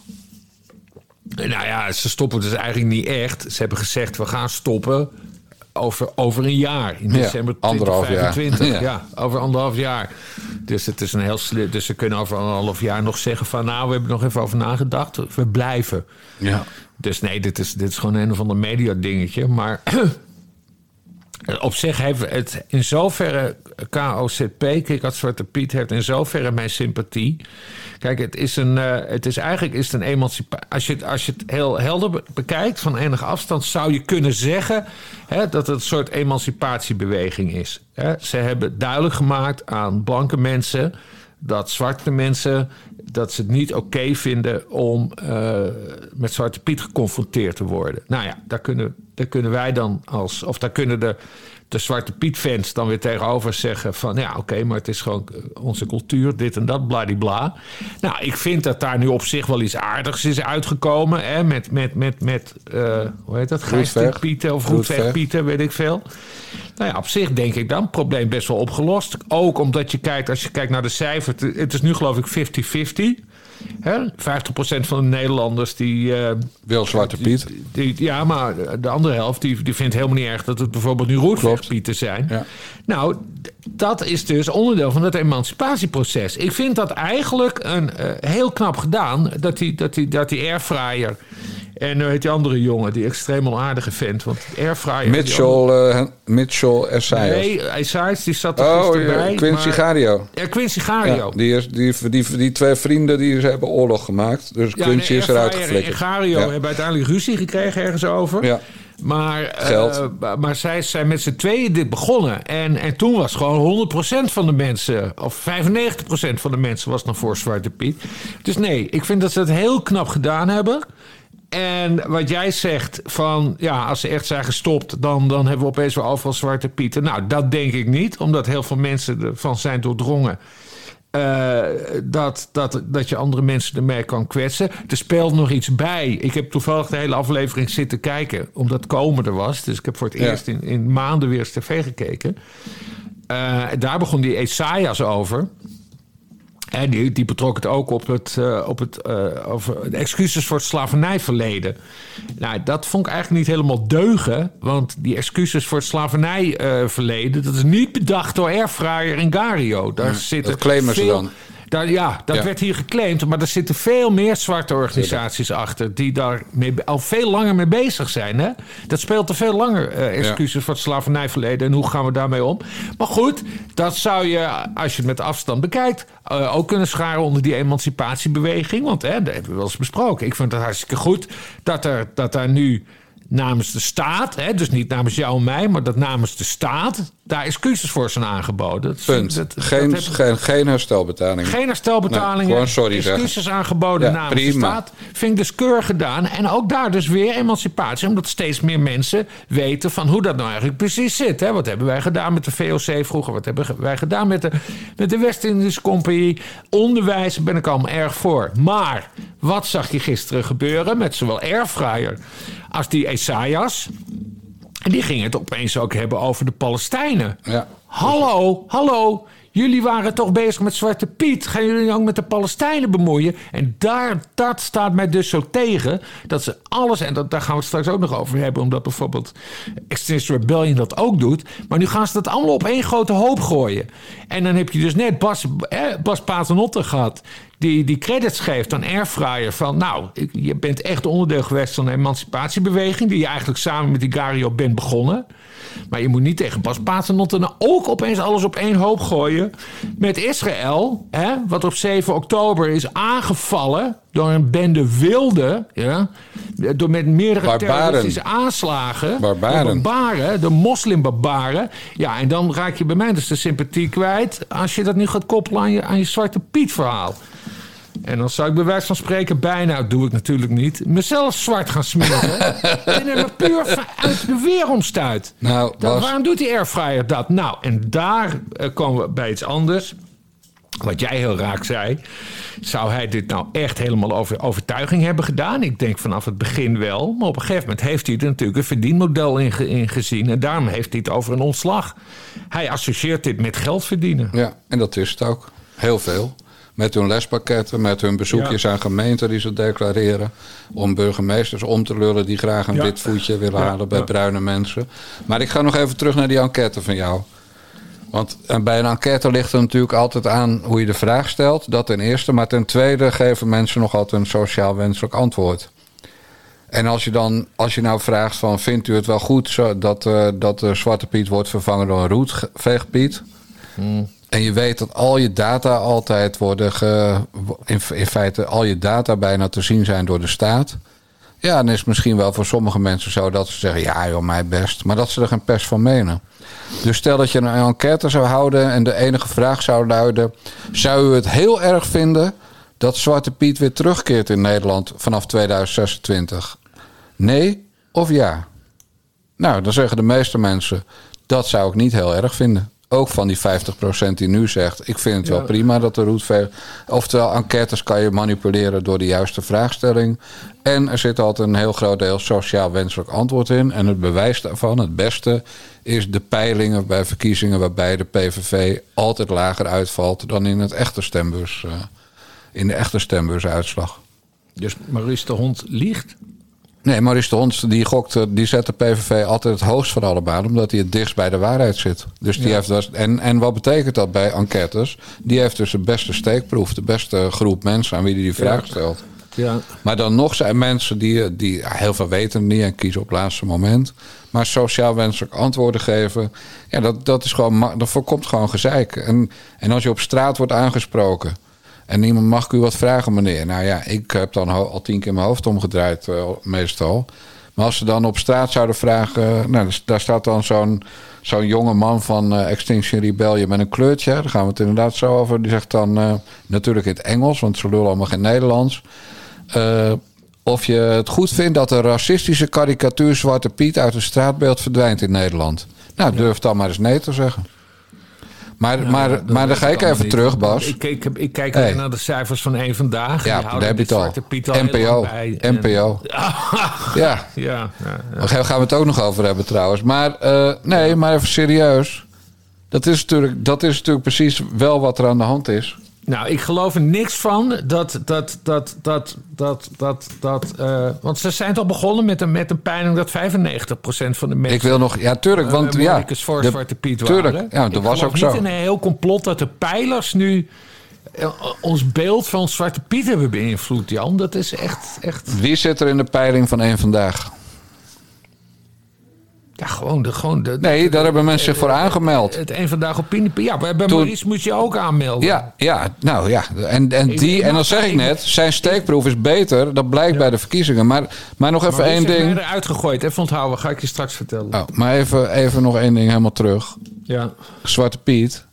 Nou ja, ze stoppen dus eigenlijk niet echt. Ze hebben gezegd, we gaan stoppen over, over een jaar. In december ja, twintig vijfentwintig. Ja. ja, over anderhalf jaar. Dus het is een heel slim. Dus ze kunnen over anderhalf jaar nog zeggen van, nou, we hebben er nog even over nagedacht. We blijven. Ja. Dus nee, dit is, dit is gewoon een of ander media dingetje. Maar op zich heeft het in zoverre K O Z P, Kikkat Zwarte Piet, heeft in zoverre mijn sympathie. Kijk, het is een, uh, het is eigenlijk is het een emancipatie. Als je, het, als je het heel helder bekijkt, van enige afstand, zou je kunnen zeggen hè, dat het een soort emancipatiebeweging is. Hè. Ze hebben duidelijk gemaakt aan blanke mensen dat zwarte mensen, dat ze het niet oké okay vinden om uh, met Zwarte Piet geconfronteerd te worden. Nou ja, daar kunnen, daar kunnen wij dan als, of daar kunnen de, de Zwarte Piet-fans dan weer tegenover zeggen van, ja, oké, okay, maar het is gewoon onze cultuur, dit en dat, bladibla. Nou, ik vind dat daar nu op zich wel iets aardigs is uitgekomen, hè, met, met, met, met uh, hoe heet dat, Gijstig-Pieten of Roetveeg-Pieten, weet ik veel. Nou ja, op zich denk ik dan het probleem best wel opgelost. Ook omdat je kijkt, als je kijkt naar de cijfers, het is nu geloof ik vijftig vijftig. Hè? vijftig procent van de Nederlanders die Uh, wil Zwarte Piet. Die, die, ja, maar de andere helft die, die vindt helemaal niet erg dat het bijvoorbeeld nu Roetveegpieten zijn. Ja. Nou, dat is dus onderdeel van het emancipatieproces. Ik vind dat eigenlijk een, uh, heel knap gedaan, dat die, dat die, dat die airfryer. En uh, heet die andere jongen, die extreem onaardige vent. Want airfryer. Mitchell, uh, Mitchell Essayas. Nee, Essayas, die zat er oh, gisteren ja, bij. Quincy maar, Gario. Ja, Quincy Gario. Ja, die, is, die, die, die, die twee vrienden die ze hebben oorlog gemaakt. Dus ja, Quincy is eruit geflikkerd. En Gario ja. hebben uiteindelijk ruzie gekregen ergens over. Ja. Maar, Geld. Uh, maar zij zijn met z'n tweeën dit begonnen. En, en toen was gewoon honderd procent van de mensen, of vijfennegentig procent van de mensen was nog voor Zwarte Piet. Dus nee, ik vind dat ze het heel knap gedaan hebben. En wat jij zegt van, ja, als ze echt zijn gestopt, dan, dan hebben we opeens weer overal Zwarte Pieten. Nou, dat denk ik niet, omdat heel veel mensen ervan zijn doordrongen. Uh, dat, dat, dat je andere mensen ermee kan kwetsen. Er speelt nog iets bij. Ik heb toevallig de hele aflevering zitten kijken, omdat Komen er was. Dus ik heb voor het ja. eerst in, in maanden weer eens tv gekeken. Uh, daar begon die Essayas over. En die, die betrok het ook op het, uh, op het uh, over de excuses voor het slavernijverleden. Nou, dat vond ik eigenlijk niet helemaal deugen. Want die excuses voor het slavernijverleden... Uh, dat is niet bedacht door Airfryer en Gario. Daar ja, zitten dat claimen veel, ze dan. Daar, ja, dat ja. werd hier geclaimd. Maar er zitten veel meer zwarte organisaties ja. achter... die daar mee, al veel langer mee bezig zijn. Hè? Dat speelt er veel langer, uh, excuses ja. voor het slavernijverleden. En hoe gaan we daarmee om? Maar goed, dat zou je, als je het met afstand bekijkt... Uh, ook kunnen scharen onder die emancipatiebeweging. Want hè, dat hebben we wel eens besproken. Ik vind het hartstikke goed dat er, dat daar nu... namens de staat, hè, dus niet namens jou en mij... maar dat namens de staat daar excuses voor zijn aangeboden. Dat, Punt. Dat, geen, dat geen, geen herstelbetalingen. Geen herstelbetalingen. Nee, gewoon sorry excuses zeggen. aangeboden ja, namens prima. de staat. Vind ik dus keurig gedaan. En ook daar dus weer emancipatie. Omdat steeds meer mensen weten van hoe dat nou eigenlijk precies zit. Hè. Wat hebben wij gedaan met de V O C vroeger? Wat hebben wij gedaan met de, met de West-Indische Compagnie? Onderwijs, daar ben ik allemaal erg voor. Maar wat zag je gisteren gebeuren met zowel Airfryer... als die Esaias. En die gingen het opeens ook hebben over de Palestijnen. Ja. Hallo, hallo. Jullie waren toch bezig met Zwarte Piet. Gaan jullie ook met de Palestijnen bemoeien? En daar, dat staat mij dus zo tegen. Dat ze alles, en dat, daar gaan we het straks ook nog over hebben... omdat bijvoorbeeld Extinction Rebellion dat ook doet. Maar nu gaan ze dat allemaal op één grote hoop gooien. En dan heb je dus net Bas, eh, Bas Paternotte gehad... Die, die credits geeft aan Airfryer van... nou, je bent echt onderdeel geweest van de emancipatiebeweging... die je eigenlijk samen met die Gario bent begonnen. Maar je moet niet tegen Bas Paternotte nou ook opeens alles op één hoop gooien... met Israël, hè, wat op zeven oktober is aangevallen... door een bende wilden, ja, door met meerdere barbaren. terroristische aanslagen. Barbaren. De barbaren, de moslimbarbaren. Ja, en dan raak je bij mij dus de sympathie kwijt... als je dat nu gaat koppelen aan je, aan je Zwarte Piet verhaal. En dan zou ik bij wijze van spreken bijna, dat doe ik natuurlijk niet... mezelf zwart gaan smeren. En er me puur uit de weeromstuit. Nou, dan, was... Waarom doet die Airfryer dat? Nou, en daar uh, komen we bij iets anders... Wat jij heel raak zei, zou hij dit nou echt helemaal over overtuiging hebben gedaan? Ik denk vanaf het begin wel. Maar op een gegeven moment heeft hij er natuurlijk een verdienmodel in, ge, in gezien. En daarom heeft hij het over een ontslag. Hij associeert dit met geld verdienen. Ja, en dat is het ook. Heel veel. Met hun lespakketten, met hun bezoekjes ja. aan gemeenten die ze declareren. Om burgemeesters om te lullen die graag een ja. wit voetje willen ja. halen bij ja. bruine mensen. Maar ik ga nog even terug naar die enquête van jou. Want bij een enquête ligt er natuurlijk altijd aan hoe je de vraag stelt. Dat ten eerste. Maar ten tweede geven mensen nog altijd een sociaal wenselijk antwoord. En als je dan, als je nou vraagt van... vindt u het wel goed zo dat, uh, dat de Zwarte Piet wordt vervangen door een roetveegpiet? Hmm. En je weet dat al je data altijd worden... Ge, in, in feite al je data bijna te zien zijn door de staat. Ja, dan is het misschien wel voor sommige mensen zo dat ze zeggen... ja joh, mij best. Maar dat ze er geen pers van menen. Dus stel dat je een enquête zou houden... en de enige vraag zou luiden... zou u het heel erg vinden... dat Zwarte Piet weer terugkeert in Nederland vanaf tweeduizend zesentwintig? Nee of ja? Nou, dan zeggen de meeste mensen... dat zou ik niet heel erg vinden. Ook van die vijftig procent die nu zegt... ik vind het wel ja. prima dat de roetveeg... Oftewel, enquêtes kan je manipuleren door de juiste vraagstelling. En er zit altijd een heel groot deel sociaal wenselijk antwoord in. En het bewijs daarvan, het beste... is de peilingen bij verkiezingen... waarbij de P V V altijd lager uitvalt... dan in, het echte stembus, uh, in de echte stembusuitslag. Dus Maurice de Hond liegt? Nee, Maurice de Hond die gokt, die zet de P V V altijd het hoogst van allemaal... omdat hij het dichtst bij de waarheid zit. Dus die ja. heeft dus, en, en wat betekent dat bij enquêtes? Die heeft dus de beste steekproef, de beste groep mensen... aan wie hij die vraag ja. stelt. Ja. Maar dan nog zijn mensen die, die heel veel weten niet... en kiezen op het laatste moment. Maar sociaal wenselijk antwoorden geven... ja, dat, dat, is gewoon, dat voorkomt gewoon gezeik. En, en als je op straat wordt aangesproken... en iemand mag ik u wat vragen, meneer? Nou ja, ik heb dan al tien keer mijn hoofd omgedraaid, uh, meestal. Maar als ze dan op straat zouden vragen... nou, daar staat dan zo'n, zo'n jonge man van uh, Extinction Rebellion met een kleurtje. Daar gaan we het inderdaad zo over. Die zegt dan, uh, natuurlijk in het Engels... want ze lullen allemaal geen Nederlands... Uh, of je het goed vindt dat de racistische karikatuur Zwarte Piet... uit het straatbeeld verdwijnt in Nederland. Nou, ja. durf dan maar eens nee te zeggen. Maar, ja, maar, maar dan ga ik even niet. terug, Bas. Ik, ik, ik, ik kijk hey. naar de cijfers van één Vandaag. Ja, daar heb je het al. al N P O. N P O. En... ja. Ja, ja, ja. Daar gaan we het ook nog over hebben trouwens. Maar uh, nee, maar even serieus. Dat is, natuurlijk, dat is natuurlijk precies wel wat er aan de hand is. Nou, ik geloof er niks van dat... dat, dat, dat, dat, dat, dat uh, want ze zijn toch begonnen met een, met een peiling... dat vijfennegentig procent van de mensen... Ik wil nog... Ja, tuurlijk, want... Uh, ja, voor de, Zwarte Piet tuurlijk, waren. ja, dat ik was ook zo. Ik geloof niet in een heel complot dat de peilers nu... Uh, ons beeld van Zwarte Piet hebben beïnvloed, Jan. Dat is echt... echt... Wie zit er in de peiling van één Vandaag? Ja, gewoon de... Gewoon de nee, de, daar de, hebben mensen zich voor aanggemeld. Het één Vandaag opinie... Ja, bij Toen, Maurice moet je ook aanmelden. Ja, ja nou ja. En, en, Ik, die, ik en dan mag, zeg ik, ik net, zijn steekproef is beter. Dat blijkt ja. bij de verkiezingen. Maar, maar nog even Maurice één ding. Maurice heeft mij eruit gegooid. Even onthouden, ga ik je straks vertellen. Oh, maar even, even nog één ding helemaal terug. Ja. Zwarte Piet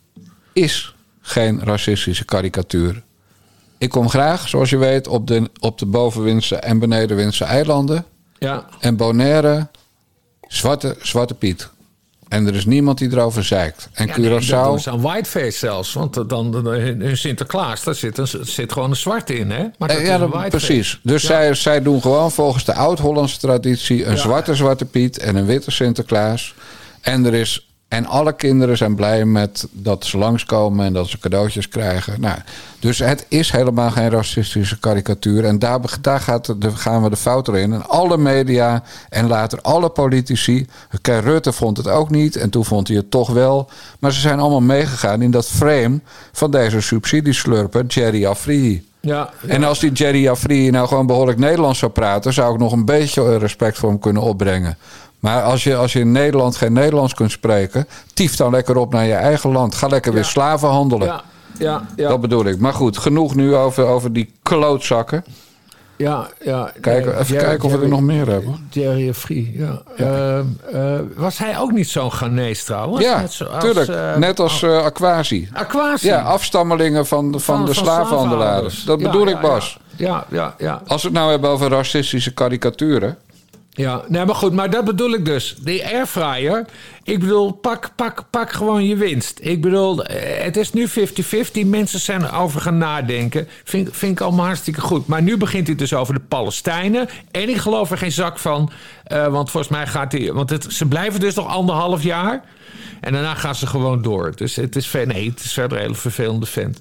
is geen racistische karikatuur. Ik kom graag, zoals je weet, op de, op de bovenwindse en benedenwindse eilanden. Ja. En Bonaire, zwarte, zwarte Piet. En er is niemand die erover zeikt. En ja, Curaçao... Nee, dat doen ze aan whiteface zelfs. Want dan in Sinterklaas, daar zit, een, zit gewoon een zwarte in, hè? Maar dat ja, is een dat, precies. Dus ja. zij, zij doen gewoon volgens de oud-Hollandse traditie... een ja. zwarte Zwarte Piet en een witte Sinterklaas. En er is... En alle kinderen zijn blij met dat ze langskomen en dat ze cadeautjes krijgen. Nou, dus het is helemaal geen racistische karikatuur. En daar, daar gaat de, gaan we de fout erin. En alle media en later alle politici. Rutte vond het ook niet en toen vond hij het toch wel. Maar ze zijn allemaal meegegaan in dat frame van deze subsidieslurper, Jerry Afrihi. Ja, ja. En als die Jerry Afrihi nou gewoon behoorlijk Nederlands zou praten... zou ik nog een beetje respect voor hem kunnen opbrengen. Maar als je, als je in Nederland geen Nederlands kunt spreken... tief dan lekker op naar je eigen land. Ga lekker ja. weer slaven handelen. Ja, ja, ja. Dat bedoel ik. Maar goed, genoeg nu over, over die klootzakken. Ja, ja. Kijk, nee, even Jerry, kijken of we Jerry, er nog meer hebben. Jerry Free, ja. ja. Uh, uh, was hij ook niet zo'n Ghanese trouwens? Ja, net zo als, tuurlijk. Uh, net als uh, Aquasi. Aquasi? Ja, afstammelingen van, van, van de van slavenhandelaren. Dat ja, bedoel ja, ik, Bas. Ja, ja, ja. Als we het nou hebben over racistische karikaturen... Ja, nee, maar goed, maar dat bedoel ik dus. Die airfryer, ik bedoel, pak, pak, pak gewoon je winst. Ik bedoel, het is nu vijftig vijftig. Mensen zijn erover gaan nadenken. Vind, vind ik allemaal hartstikke goed. Maar nu begint hij dus over de Palestijnen. En ik geloof er geen zak van. Uh, want volgens mij gaat hij... Want het, ze blijven dus nog anderhalf jaar. En daarna gaan ze gewoon door. Dus het is, nee, het is verder een hele vervelende vent.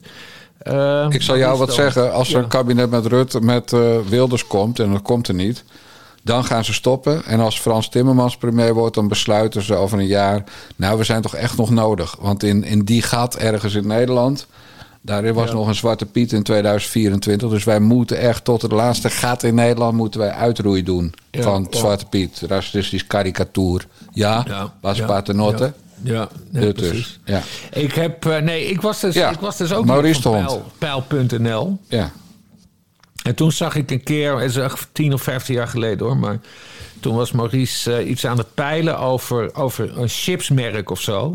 Uh, ik zal jou wat dan zeggen. Als er ja. een kabinet met Rutte, met uh, Wilders komt... en dat komt er niet... dan gaan ze stoppen. En als Frans Timmermans premier wordt... dan besluiten ze over een jaar... nou, we zijn toch echt nog nodig. Want in, in die gat ergens in Nederland... daar was ja. nog een Zwarte Piet in tweeduizend vierentwintig. Dus wij moeten echt tot het laatste gat in Nederland... moeten wij uitroei doen ja. van oh. Zwarte Piet. Racistisch karikatuur. Ja, ja. was ja. Paternotte. Ja. Ja, nee, precies. Dus, ja. Ik heb... Uh, nee, ik was dus, ja. ik was dus ook Maurice van Peil, Peil punt n l. Ja. En toen zag ik een keer, het is echt tien of vijftien jaar geleden hoor, maar toen was Maurice uh, iets aan het peilen over, over een chipsmerk of zo.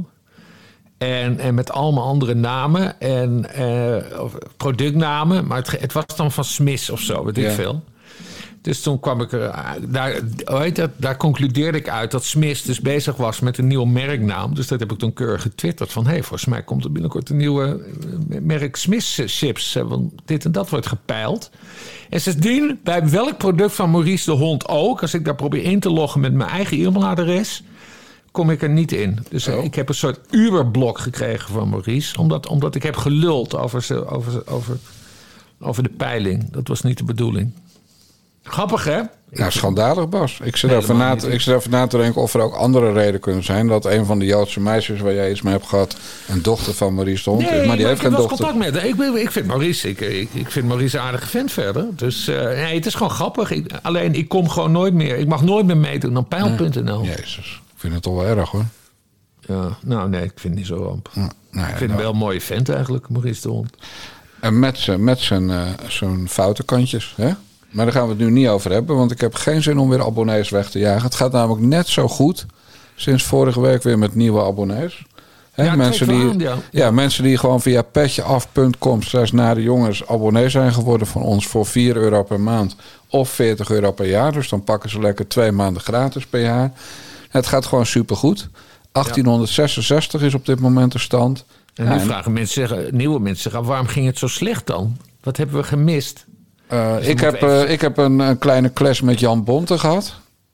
En, en met allemaal andere namen en uh, productnamen, maar het, het was dan van Smith of zo, weet ik ja. veel. Dus toen kwam ik er, daar, hoe heet dat, daar concludeerde ik uit dat Smith dus bezig was met een nieuwe merknaam. Dus dat heb ik toen keurig getwitterd van, hé, hey, volgens mij komt er binnenkort een nieuwe merk Smith chips. Want dit en dat wordt gepeild. En sindsdien, bij welk product van Maurice de Hond ook, als ik daar probeer in te loggen met mijn eigen e-mailadres, kom ik er niet in. Dus oh. ik heb een soort Uberblok gekregen van Maurice, omdat, omdat ik heb geluld over, ze, over, over, over de peiling. Dat was niet de bedoeling. Grappig, hè? Nou, schandalig, Bas. Ik zit, even na te, ik zit even na te denken of er ook andere redenen kunnen zijn. Dat een van de Joodse meisjes waar jij iets mee hebt gehad... een dochter van Maurice de Hond nee, is. Maar die maar heeft geen dochter. Ik heb contact met haar. Ik, ik vind Maurice, ik, ik, ik vind Maurice een aardige vent verder. Dus uh, nee, het is gewoon grappig. Ik, alleen, ik kom gewoon nooit meer. Ik mag nooit meer meedoen dan Peil punt n l. Nee, Jezus, ik vind het toch wel erg, hoor. Ja, nou nee, ik vind het niet zo ramp. Ja, nou ja, ik vind nou. hem wel een mooie vent eigenlijk, Maurice de Hond. En met zijn, met zijn, uh, zijn foute kantjes, hè? Maar daar gaan we het nu niet over hebben, want ik heb geen zin om weer abonnees weg te jagen. Het gaat namelijk net zo goed sinds vorige week weer met nieuwe abonnees. He, ja, mensen, die, aan, ja. Ja, mensen die gewoon via petjeaf punt com slash nare jongens abonnee zijn geworden van ons voor vier euro per maand of veertig euro per jaar. Dus dan pakken ze lekker twee maanden gratis per jaar. Het gaat gewoon supergoed. achttienhonderdzesenzestig is op dit moment de stand. En nu ja, en vragen mensen zich, nieuwe mensen zich af, waarom ging het zo slecht dan? Wat hebben we gemist? Uh, ik, heb, uh, ik heb een, een kleine clash met Jan Bonte gehad.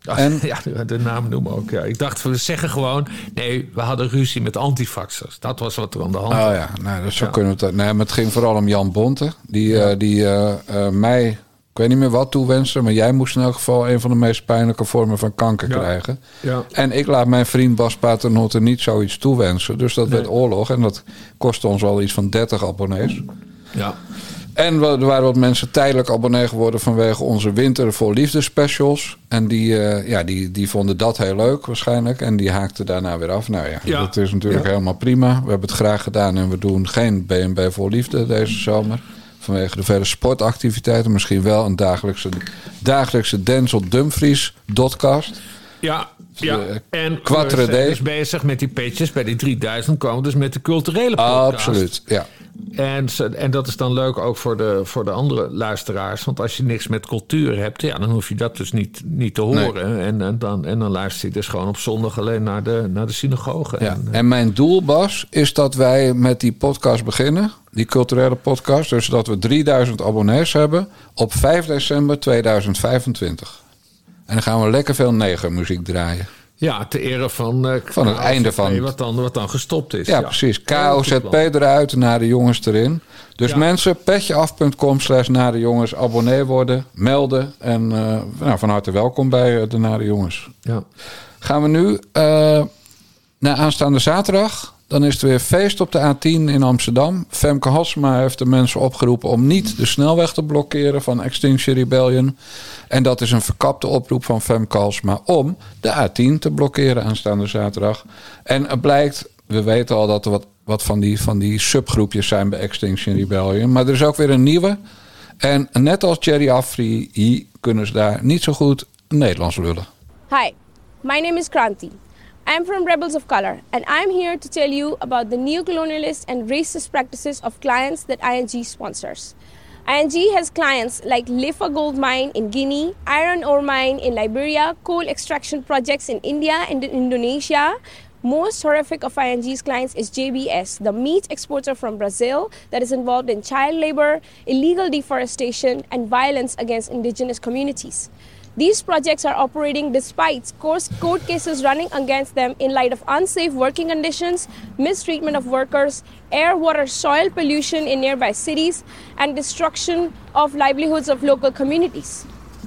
En, ja, de naam noemen ook. Ja. Ik dacht, we zeggen gewoon... nee, we hadden ruzie met antifaxers. Dat was wat er aan de hand was. Oh ja, nou, dus zo Ja. kunnen we het... Nee, maar het ging vooral om Jan Bonte. Die, ja. uh, die uh, uh, mij, ik weet niet meer wat toewenste... maar jij moest in elk geval een van de meest pijnlijke vormen van kanker Ja. krijgen. Ja. En ik laat mijn vriend Bas Paternotte niet zoiets toewensen. Dus dat Nee. werd oorlog. En dat kostte ons al iets van dertig abonnees. Ja. En er waren wat mensen tijdelijk abonnee geworden vanwege onze Winter voor Liefde specials. En die, uh, ja, die, die vonden dat heel leuk waarschijnlijk. En die haakten daarna weer af. Nou ja, Ja. dat is natuurlijk Ja. helemaal prima. We hebben het graag gedaan en we doen geen B en B voor Liefde deze zomer. Vanwege de vele sportactiviteiten. Misschien wel een dagelijkse, dagelijkse Denzel Dumfries dotcast. Ja, ja. De En Quatre we zijn D. dus bezig met die pitches. Bij die drieduizend komen we dus met de culturele podcast. Absoluut, ja. En, ze- en dat is dan leuk ook voor de, voor de andere luisteraars. Want als je niks met cultuur hebt, ja, dan hoef je dat dus niet, niet te horen. En, en, dan, en dan luister je dus gewoon op zondag alleen naar de, naar de synagoge. Ja. En, eh, En mijn doel, Bas, is dat wij met die podcast beginnen. Die culturele podcast. Dus dat we drieduizend abonnees hebben op vijf december tweeduizend vijfentwintig. En dan gaan we lekker veel negermuziek draaien. ja, ter ere van, eh, Van het K O Z P, einde van- Wat dan, wat dan gestopt is. Ja, precies. K Heel O goed Z P plan. eruit, naar de jongens erin. Dus Ja. mensen, petjeaf.com slash naar de jongens, abonnee worden, melden. En uh, nou, van harte welkom bij uh, de Nare Jongens. Ja. Gaan we nu uh, naar aanstaande zaterdag. Dan is het weer feest op de A tien in Amsterdam. Femke Halsema heeft de mensen opgeroepen om niet de snelweg te blokkeren van Extinction Rebellion. En dat is een verkapte oproep van Femke Halsema om de A tien te blokkeren aanstaande zaterdag. En het blijkt, we weten al dat er wat, wat van, die, van die subgroepjes zijn bij Extinction Rebellion. Maar er is ook weer een nieuwe. En net als Jerry Afri kunnen ze daar niet zo goed Nederlands lullen. Hi, my name is Kranti. I'm from Rebels of Color, and I'm here to tell you about the neo-colonialist and racist practices of clients that I N G sponsors. I N G has clients like Lifa Gold Mine in Guinea, Iron Ore Mine in Liberia, coal extraction projects in India and in Indonesia. Most horrific of I N G's clients is J B S, the meat exporter from Brazil that is involved in child labor, illegal deforestation, and violence against indigenous communities. These projects are operating despite court cases running against them in light of unsafe working conditions, mistreatment of workers, air, water, soil pollution in nearby cities, and destruction of livelihoods of local communities.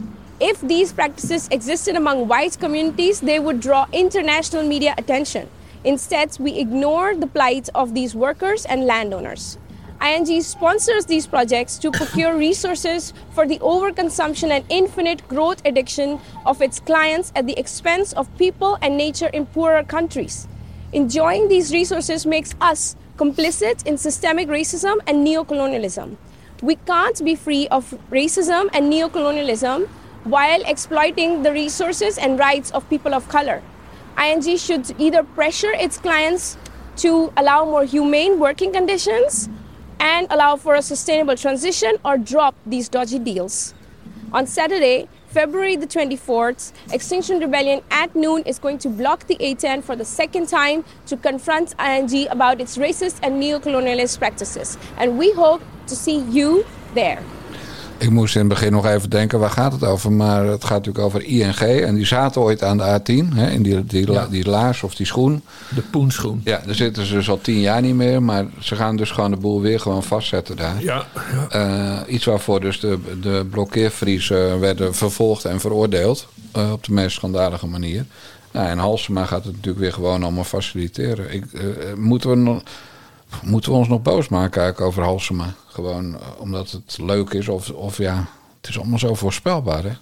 If these practices existed among white communities, they would draw international media attention. Instead, we ignore the plight of these workers and landowners. I N G sponsors these projects to procure resources for the overconsumption and infinite growth addiction of its clients at the expense of people and nature in poorer countries. Enjoying these resources makes us complicit in systemic racism and neocolonialism. We can't be free of racism and neocolonialism while exploiting the resources and rights of people of color. I N G should either pressure its clients to allow more humane working conditions and allow for a sustainable transition, or drop these dodgy deals. On Saturday, February the twenty-fourth, Extinction Rebellion at noon is going to block the A ten for the second time to confront I N G about its racist and neocolonialist practices. And we hope to see you there. Ik moest in het begin nog even denken, waar gaat het over? Maar het gaat natuurlijk over I N G. En die zaten ooit aan de A tien, hè, in die, die, Ja. die laars of die schoen. De poenschoen. Ja, daar zitten ze dus al tien jaar niet meer. Maar ze gaan dus gewoon de boel weer gewoon vastzetten daar. Ja, ja. Uh, iets waarvoor dus de, de blokkeervriezen werden vervolgd en veroordeeld. Uh, op de meest schandalige manier. Nou, en Halsema gaat het natuurlijk weer gewoon allemaal faciliteren. Ik, uh, moeten, we nog, moeten we ons nog boos maken eigenlijk over Halsema? Gewoon uh, omdat het leuk is of, of ja, het is allemaal zo voorspelbaar, hè?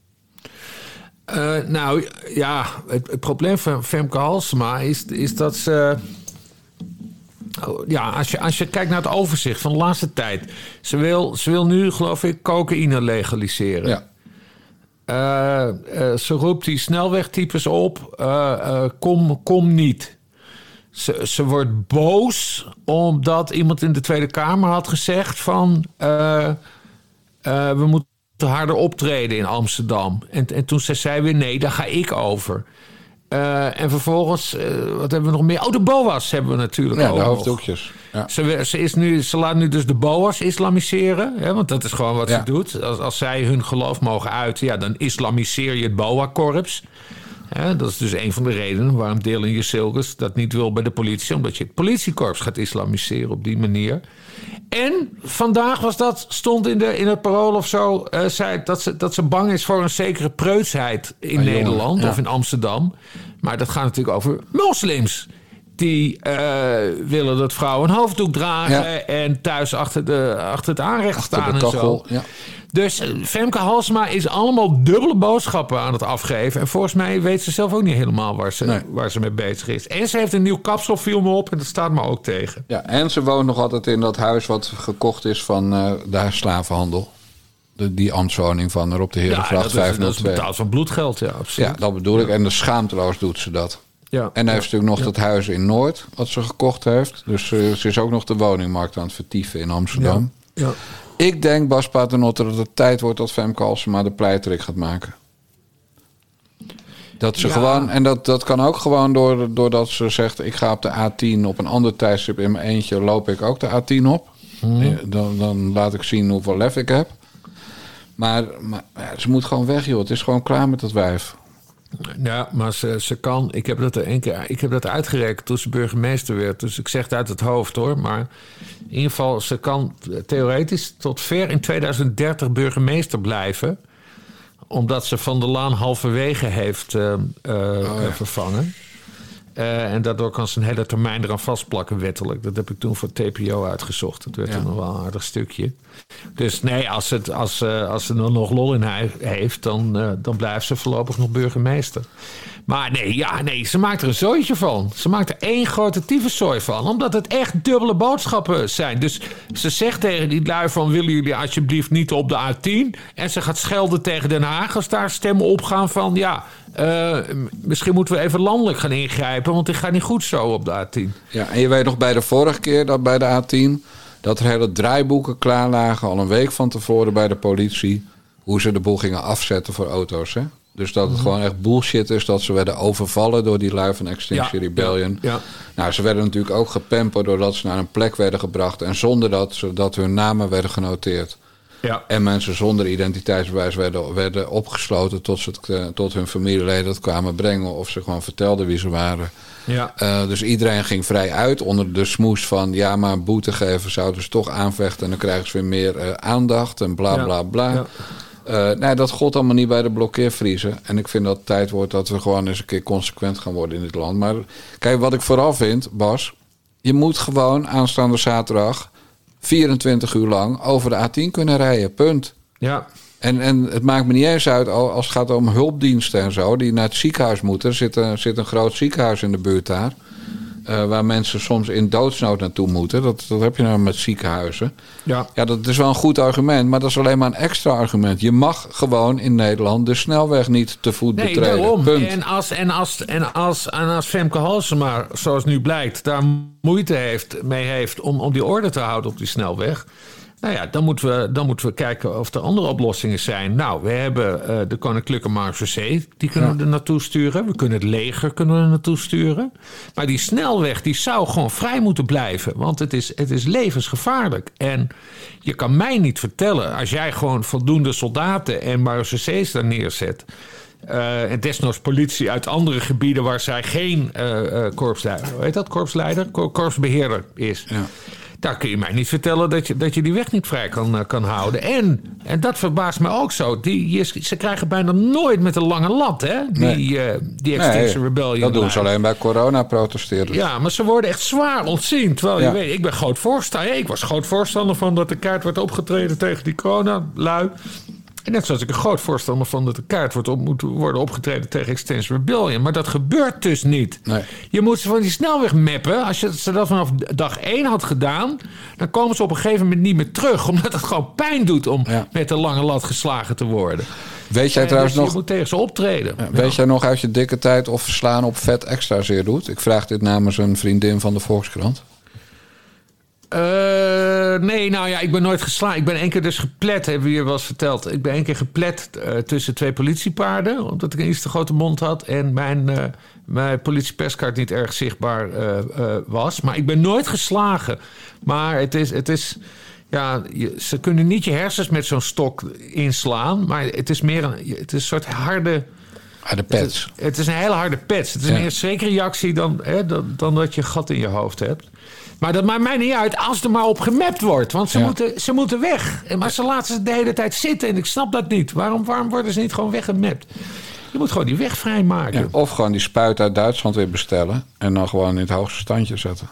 Uh, nou ja, het, het probleem van Femke Halsema is, is dat ze... Oh, ja, als je, als je kijkt naar het overzicht van de laatste tijd. Ze wil, ze wil nu, geloof ik, cocaïne legaliseren. Ja. Uh, uh, ze roept die snelwegtypes op. Uh, uh, kom, kom niet. Ze, ze wordt boos omdat iemand in de Tweede Kamer had gezegd van... Uh, uh, we moeten harder optreden in Amsterdam. En, en toen zei zij weer nee, daar ga ik over. Uh, en vervolgens, uh, wat hebben we nog meer? Oh, de B O A's hebben we natuurlijk Ja, ook de nog. hoofddoekjes. Ja. Ze, ze, is nu, ze laat nu dus de boa's islamiseren. Hè, want dat is gewoon wat ja. ze doet. Als, als zij hun geloof mogen uiten, ja, dan islamiseer je het boa-korps. Ja, dat is dus een van de redenen waarom Dylan Jusilkes dat niet wil bij de politie. Omdat je het politiekorps gaat islamiseren op die manier. En vandaag was dat, stond in, de, in het parool of zo... Uh, zei dat, ze, dat ze bang is voor een zekere preutsheid in ah, Nederland jongen, ja. of in Amsterdam. Maar dat gaat natuurlijk over moslims. Die uh, willen dat vrouwen een hoofddoek dragen... Ja. en thuis achter, de, achter het aanrecht achter staan en kachel, zo. Ja. Dus Femke Halsema is allemaal dubbele boodschappen aan het afgeven. En volgens mij weet ze zelf ook niet helemaal waar ze, nee. waar ze mee bezig is. En ze heeft een nieuw kapsel, viel me op, en dat staat me ook tegen. Ja, en ze woont nog altijd in dat huis wat gekocht is van uh, de slavenhandel. De, die ambtswoning van haar op de Herengracht ja, vijfhonderdtwee. Dat is betaald van bloedgeld, ja, absoluut. Ja, dat bedoel ik. En de schaamteloos doet ze dat. Ja, en hij heeft ja, natuurlijk nog ja. dat huis in Noord, wat ze gekocht heeft. Dus uh, ze is ook nog de woningmarkt aan het vertieven in Amsterdam. Ja. Ja. Ik denk, Bas Paternotte, dat het tijd wordt dat Femke Halsema de pleitrik gaat maken. Dat ze ja. gewoon, en dat, dat kan ook gewoon door, doordat ze zegt... ik ga op de A tien op een ander tijdstip in mijn eentje... loop ik ook de A tien op. Hmm. Dan, dan laat ik zien hoeveel lef ik heb. Maar, maar ja, ze moet gewoon weg, joh. Het is gewoon klaar met dat wijf. Ja, maar ze, ze kan... Ik heb dat er één keer... Ik heb dat uitgerekend toen ze burgemeester werd. Dus ik zeg het uit het hoofd, hoor. Maar in ieder geval, ze kan theoretisch tot ver in tweeduizend dertig burgemeester blijven. Omdat ze Van der Laan halverwege heeft uh, uh, oh, ja. vervangen. Uh, en daardoor kan ze een hele termijn eraan vastplakken wettelijk. Dat heb ik toen voor T P O uitgezocht. Dat werd ja. toen nog wel een aardig stukje. Dus nee, als, het, als, uh, als ze er nog lol in hij, heeft... Dan, uh, dan blijft ze voorlopig nog burgemeester. Maar nee, ja, nee, ze maakt er een zooitje van. Ze maakt er één grote tyfuszooi van. Omdat het echt dubbele boodschappen zijn. Dus ze zegt tegen die lui van... willen jullie alsjeblieft niet op de A tien? En ze gaat schelden tegen Den Haag... als daar stemmen opgaan van... ja, uh, misschien moeten we even landelijk gaan ingrijpen... want dit gaat niet goed zo op de A tien. Ja, en je weet nog bij de vorige keer dat bij de A tien... dat er hele draaiboeken klaar lagen... al een week van tevoren bij de politie... hoe ze de boel gingen afzetten voor auto's, hè? Dus dat het gewoon echt bullshit is dat ze werden overvallen door die lui van Extinction ja, Rebellion. Ja, ja. Nou, ze werden natuurlijk ook gepamperd doordat ze naar een plek werden gebracht... en zonder dat, ze, dat hun namen werden genoteerd. Ja. En mensen zonder identiteitsbewijs werden, werden opgesloten... tot, ze het, uh, tot hun familieleden het kwamen brengen... of ze gewoon vertelden wie ze waren. Ja. Uh, dus iedereen ging vrij uit onder de smoes van... ja, maar een boete geven zouden ze toch aanvechten... en dan krijgen ze weer meer uh, aandacht en bla, ja. bla, bla. Ja. Uh, nee, dat gold allemaal niet bij de blokkeervriezen. En ik vind dat het tijd wordt dat we gewoon eens een keer consequent gaan worden in dit land. Maar kijk, wat ik vooral vind, Bas... je moet gewoon aanstaande zaterdag... vierentwintig uur lang over de A tien kunnen rijden, punt. Ja. En, en het maakt me niet eens uit als het gaat om hulpdiensten en zo... die naar het ziekenhuis moeten. Er zit een, zit een groot ziekenhuis in de buurt daar... Uh, waar mensen soms in doodsnood naartoe moeten. Dat, dat heb je nou met ziekenhuizen. Ja. ja, dat is wel een goed argument, maar dat is alleen maar een extra argument. Je mag gewoon in Nederland de snelweg niet te voet nee, betreden. Daarom. Punt. En als, en, als, en, als, en als Femke Halsema, zoals nu blijkt... daar moeite heeft, mee heeft om, om die orde te houden op die snelweg... Nou ja, dan moeten, we, dan moeten we kijken of er andere oplossingen zijn. Nou, we hebben uh, de Koninklijke Marechaussee, die kunnen ja. we er naartoe sturen. We kunnen het leger kunnen we er naartoe sturen. Maar die snelweg, die zou gewoon vrij moeten blijven. Want het is, het is levensgevaarlijk. En je kan mij niet vertellen, als jij gewoon voldoende soldaten en marechaussees daar neerzet... Uh, en desnoods politie uit andere gebieden waar zij geen uh, uh, korpsleider... hoe heet dat? Korpsleider? Korpsbeheerder is... Ja. Daar kun je mij niet vertellen dat je, dat je die weg niet vrij kan, uh, kan houden. En, en dat verbaast me ook zo. Die, je, ze krijgen bijna nooit met een lange lat, hè? Die, nee. uh, die Extinction nee, Rebellion. Dat doen ze alleen bij corona protesteren. Ja, maar ze worden echt zwaar ontzien. Terwijl ja. je weet, ik ben groot voorstander. Ik was groot voorstander van dat de kaart wordt opgetreden tegen die corona-lui. En net zoals ik een groot voorstander van dat de kaart wordt op, moet worden opgetreden tegen Extinction Rebellion. Maar dat gebeurt dus niet. Nee. Je moet ze van die snelweg mappen. Als je ze dat vanaf dag één had gedaan, dan komen ze op een gegeven moment niet meer terug. Omdat het gewoon pijn doet om ja. met een lange lat geslagen te worden. Weet jij en trouwens dus nog... je moet tegen ze optreden. Ja, weet ja. jij nog uit je dikke tijd of verslaan op vet extra zeer doet? Ik vraag dit namens een vriendin van de Volkskrant. Uh, Uh, nee, nou ja, ik ben nooit geslagen. Ik ben één keer dus geplet, hebben we hier wel eens verteld. Ik ben één keer geplet uh, tussen twee politiepaarden, omdat ik een iets te grote mond had en mijn, uh, mijn politieperskaart niet erg zichtbaar uh, uh, was. Maar ik ben nooit geslagen. Maar het is... Het is ja, je, ze kunnen niet je hersens met zo'n stok inslaan, maar het is meer een, het is een soort harde... Harde pets. Het is, het is een hele harde pets. Het is een ja. eerste schrik-reactie dan, hè, dan, dan dat je een gat in je hoofd hebt. Maar dat maakt mij niet uit als er maar op gemapt wordt. Want ze, ja. moeten, ze moeten weg. Maar ze laten ze de hele tijd zitten. En ik snap dat niet. Waarom, waarom worden ze niet gewoon weggemapt? Je moet gewoon die weg vrijmaken. Ja, of gewoon die spuit uit Duitsland weer bestellen. En dan gewoon in het hoogste standje zetten.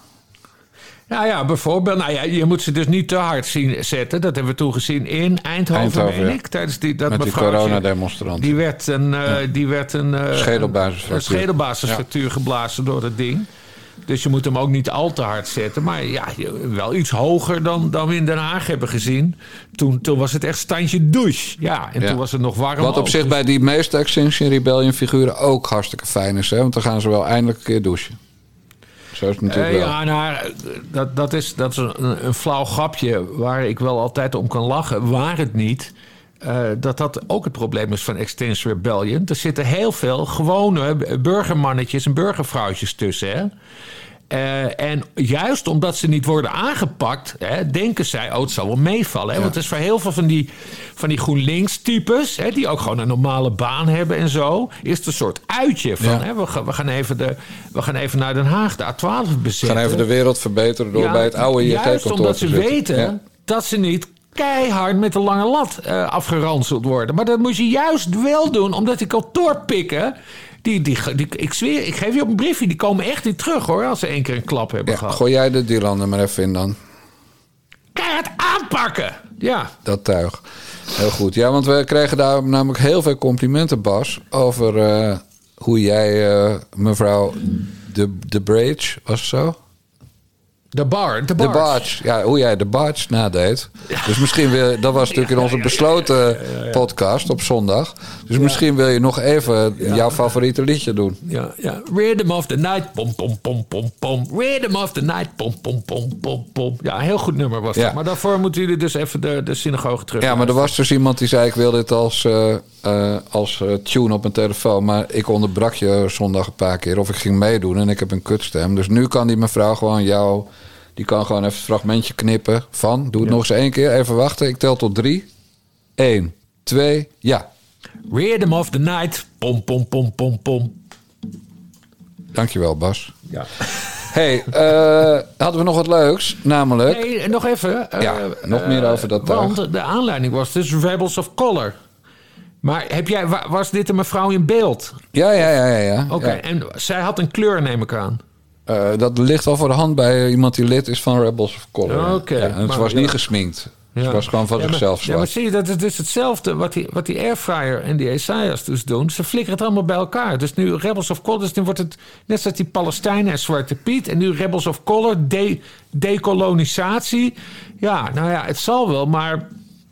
Nou ja, bijvoorbeeld. Nou ja, je moet ze dus niet te hard zien zetten. Dat hebben we toen gezien in Eindhoven, Eindhoven meen ja. ik. Tijdens die, dat Met die coronademonstranten. Die werd een, uh, ja. die werd een, uh, schedelbasisfractuur, een schedelbasisfractuur ja. geblazen door het ding. Dus je moet hem ook niet al te hard zetten. Maar ja, wel iets hoger dan, dan we in Den Haag hebben gezien. Toen, toen was het echt standje douche. Ja, en ja. toen was het nog warm. Wat op ook. zich bij die meeste Extinction Rebellion figuren ook hartstikke fijn is. Hè? Want dan gaan ze wel eindelijk een keer douchen. Zo is het natuurlijk uh, wel. Ja, nou, dat, dat is, dat is een, een flauw grapje waar ik wel altijd om kan lachen. Waar het niet... Uh, dat dat ook het probleem is van Extinction Rebellion. Er zitten heel veel gewone burgermannetjes en burgervrouwtjes tussen. Hè? Uh, en juist omdat ze niet worden aangepakt, hè, denken zij, oh, het zal wel meevallen. Hè? Ja. Want het is voor heel veel van die, van die GroenLinks-types, hè, die ook gewoon een normale baan hebben en zo, is het een soort uitje van, ja. hè, we, gaan, we, gaan even de, we gaan even naar Den Haag, de A twaalf bezetten. We gaan even de wereld verbeteren door ja, bij het oude I N G-kantoor te zitten. Juist omdat ze weten ja. dat ze niet keihard met de lange lat uh, afgeranseld worden. Maar dat moet je juist wel doen, omdat die kantoorpikken... Die, die, die, ik zweer, ik geef je op een briefje, die komen echt niet terug hoor, als ze één keer een klap hebben ja, gehad. Gooi jij de Dylan er maar even in dan. Keihard aanpakken! Ja. Dat tuig. Heel goed. Ja, want we kregen daar namelijk heel veel complimenten, Bas, over uh, hoe jij uh, mevrouw de, de Bridge, was het zo? De bar, de barge. De barge. Ja, hoe jij de barge nadeed. Ja. Dus misschien wil dat was natuurlijk in onze besloten ja, ja, ja. podcast op zondag. Dus ja. misschien wil je nog even ja. jouw favoriete liedje doen. Ja, ja. Rhythm of the night, pom, pom, pom, pom, pom. Rhythm of the night, pom, pom, pom, pom, pom. Ja, een heel goed nummer was dat. Ja. Maar daarvoor moeten jullie dus even de, de synagoge terug. Ja, maar er was dus iemand die zei, ik wil dit als, uh, uh, als uh, tune op mijn telefoon. Maar ik onderbrak je zondag een paar keer. Of ik ging meedoen en ik heb een kutstem. Dus nu kan die mevrouw gewoon jou... Die kan gewoon even het fragmentje knippen van... Doe het ja. nog eens één keer. Even wachten. Ik tel tot drie. Eén, twee, ja. Rhythm of the night. Pom, pom, pom, pom, pom. Dankjewel, Bas. Ja. Hey, uh, hadden we nog wat leuks? Namelijk... Nee, nog even. Uh, ja, nog uh, meer over dat Want tuig. de aanleiding was dus Rebels of Color. Maar heb jij, was dit een mevrouw in beeld? Ja, ja, ja. ja, ja. Oké, okay, ja. en zij had een kleur, neem ik aan. Uh, dat ligt al voor de hand bij iemand die lid is van Rebels of Color. Oké. Ja, en ze was niet gesminkt. Ja. Ze was gewoon van ja, zichzelf maar, zwart. Ja, maar zie je, dat is dus hetzelfde wat die, wat die Airfryer en die Esaias dus doen. Ze flikkeren het allemaal bij elkaar. Dus nu Rebels of Color, dus nu wordt het net zoals die Palestijnen en Zwarte Piet. En nu Rebels of Color, de, dekolonisatie. Ja, nou ja, het zal wel, maar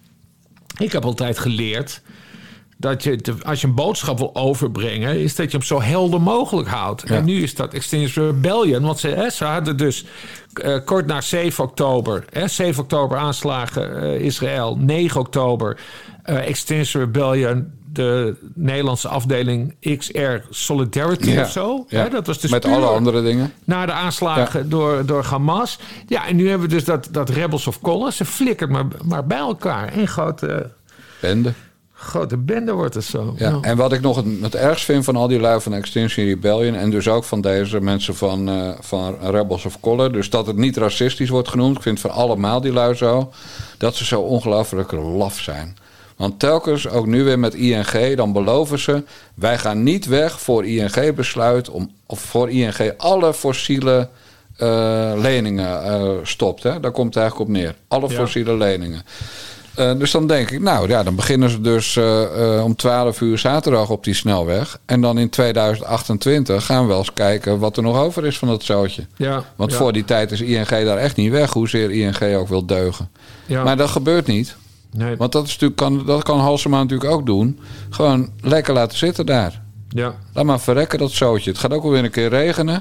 ik heb altijd geleerd... dat je, als je een boodschap wil overbrengen... is dat je hem zo helder mogelijk houdt. Ja. En nu is dat Extinction Rebellion. Want ze, hè, ze hadden dus uh, kort na zeven oktober... Hè, zeven oktober aanslagen uh, Israël. negen oktober uh, Extinction Rebellion... de Nederlandse afdeling X R Solidarity ja. of zo. Ja. Hè, dat was dus met alle andere dingen. Na de aanslagen ja. door, door Hamas. Ja, en nu hebben we dus dat, dat Rebels of Color. Ze flikkert maar, maar bij elkaar. Eén grote... Bende. Grote bende wordt het zo. Ja, ja. En wat ik nog het, het ergst vind van al die lui van Extinction Rebellion... en dus ook van deze mensen van, uh, van Rebels of Color... dus dat het niet racistisch wordt genoemd... ik vind van allemaal die lui zo... dat ze zo ongelooflijk laf zijn. Want telkens, ook nu weer met I N G... dan beloven ze... wij gaan niet weg voor I N G-besluit... om of voor I N G alle fossiele uh, leningen uh, stopt. Hè? Daar komt het eigenlijk op neer. Alle ja. fossiele leningen. Uh, dus dan denk ik, nou ja, dan beginnen ze dus uh, uh, om twaalf uur zaterdag op die snelweg. En dan in tweeduizend achtentwintig gaan we wel eens kijken wat er nog over is van dat zootje. Ja, Want ja. voor die tijd is I N G daar echt niet weg, hoezeer I N G ook wil deugen. Ja. Maar dat gebeurt niet. Nee. Want dat, is natuurlijk, kan, dat kan Halsema natuurlijk ook doen. Gewoon lekker laten zitten daar. Ja. Laat maar verrekken dat zootje. Het gaat ook alweer een keer regenen.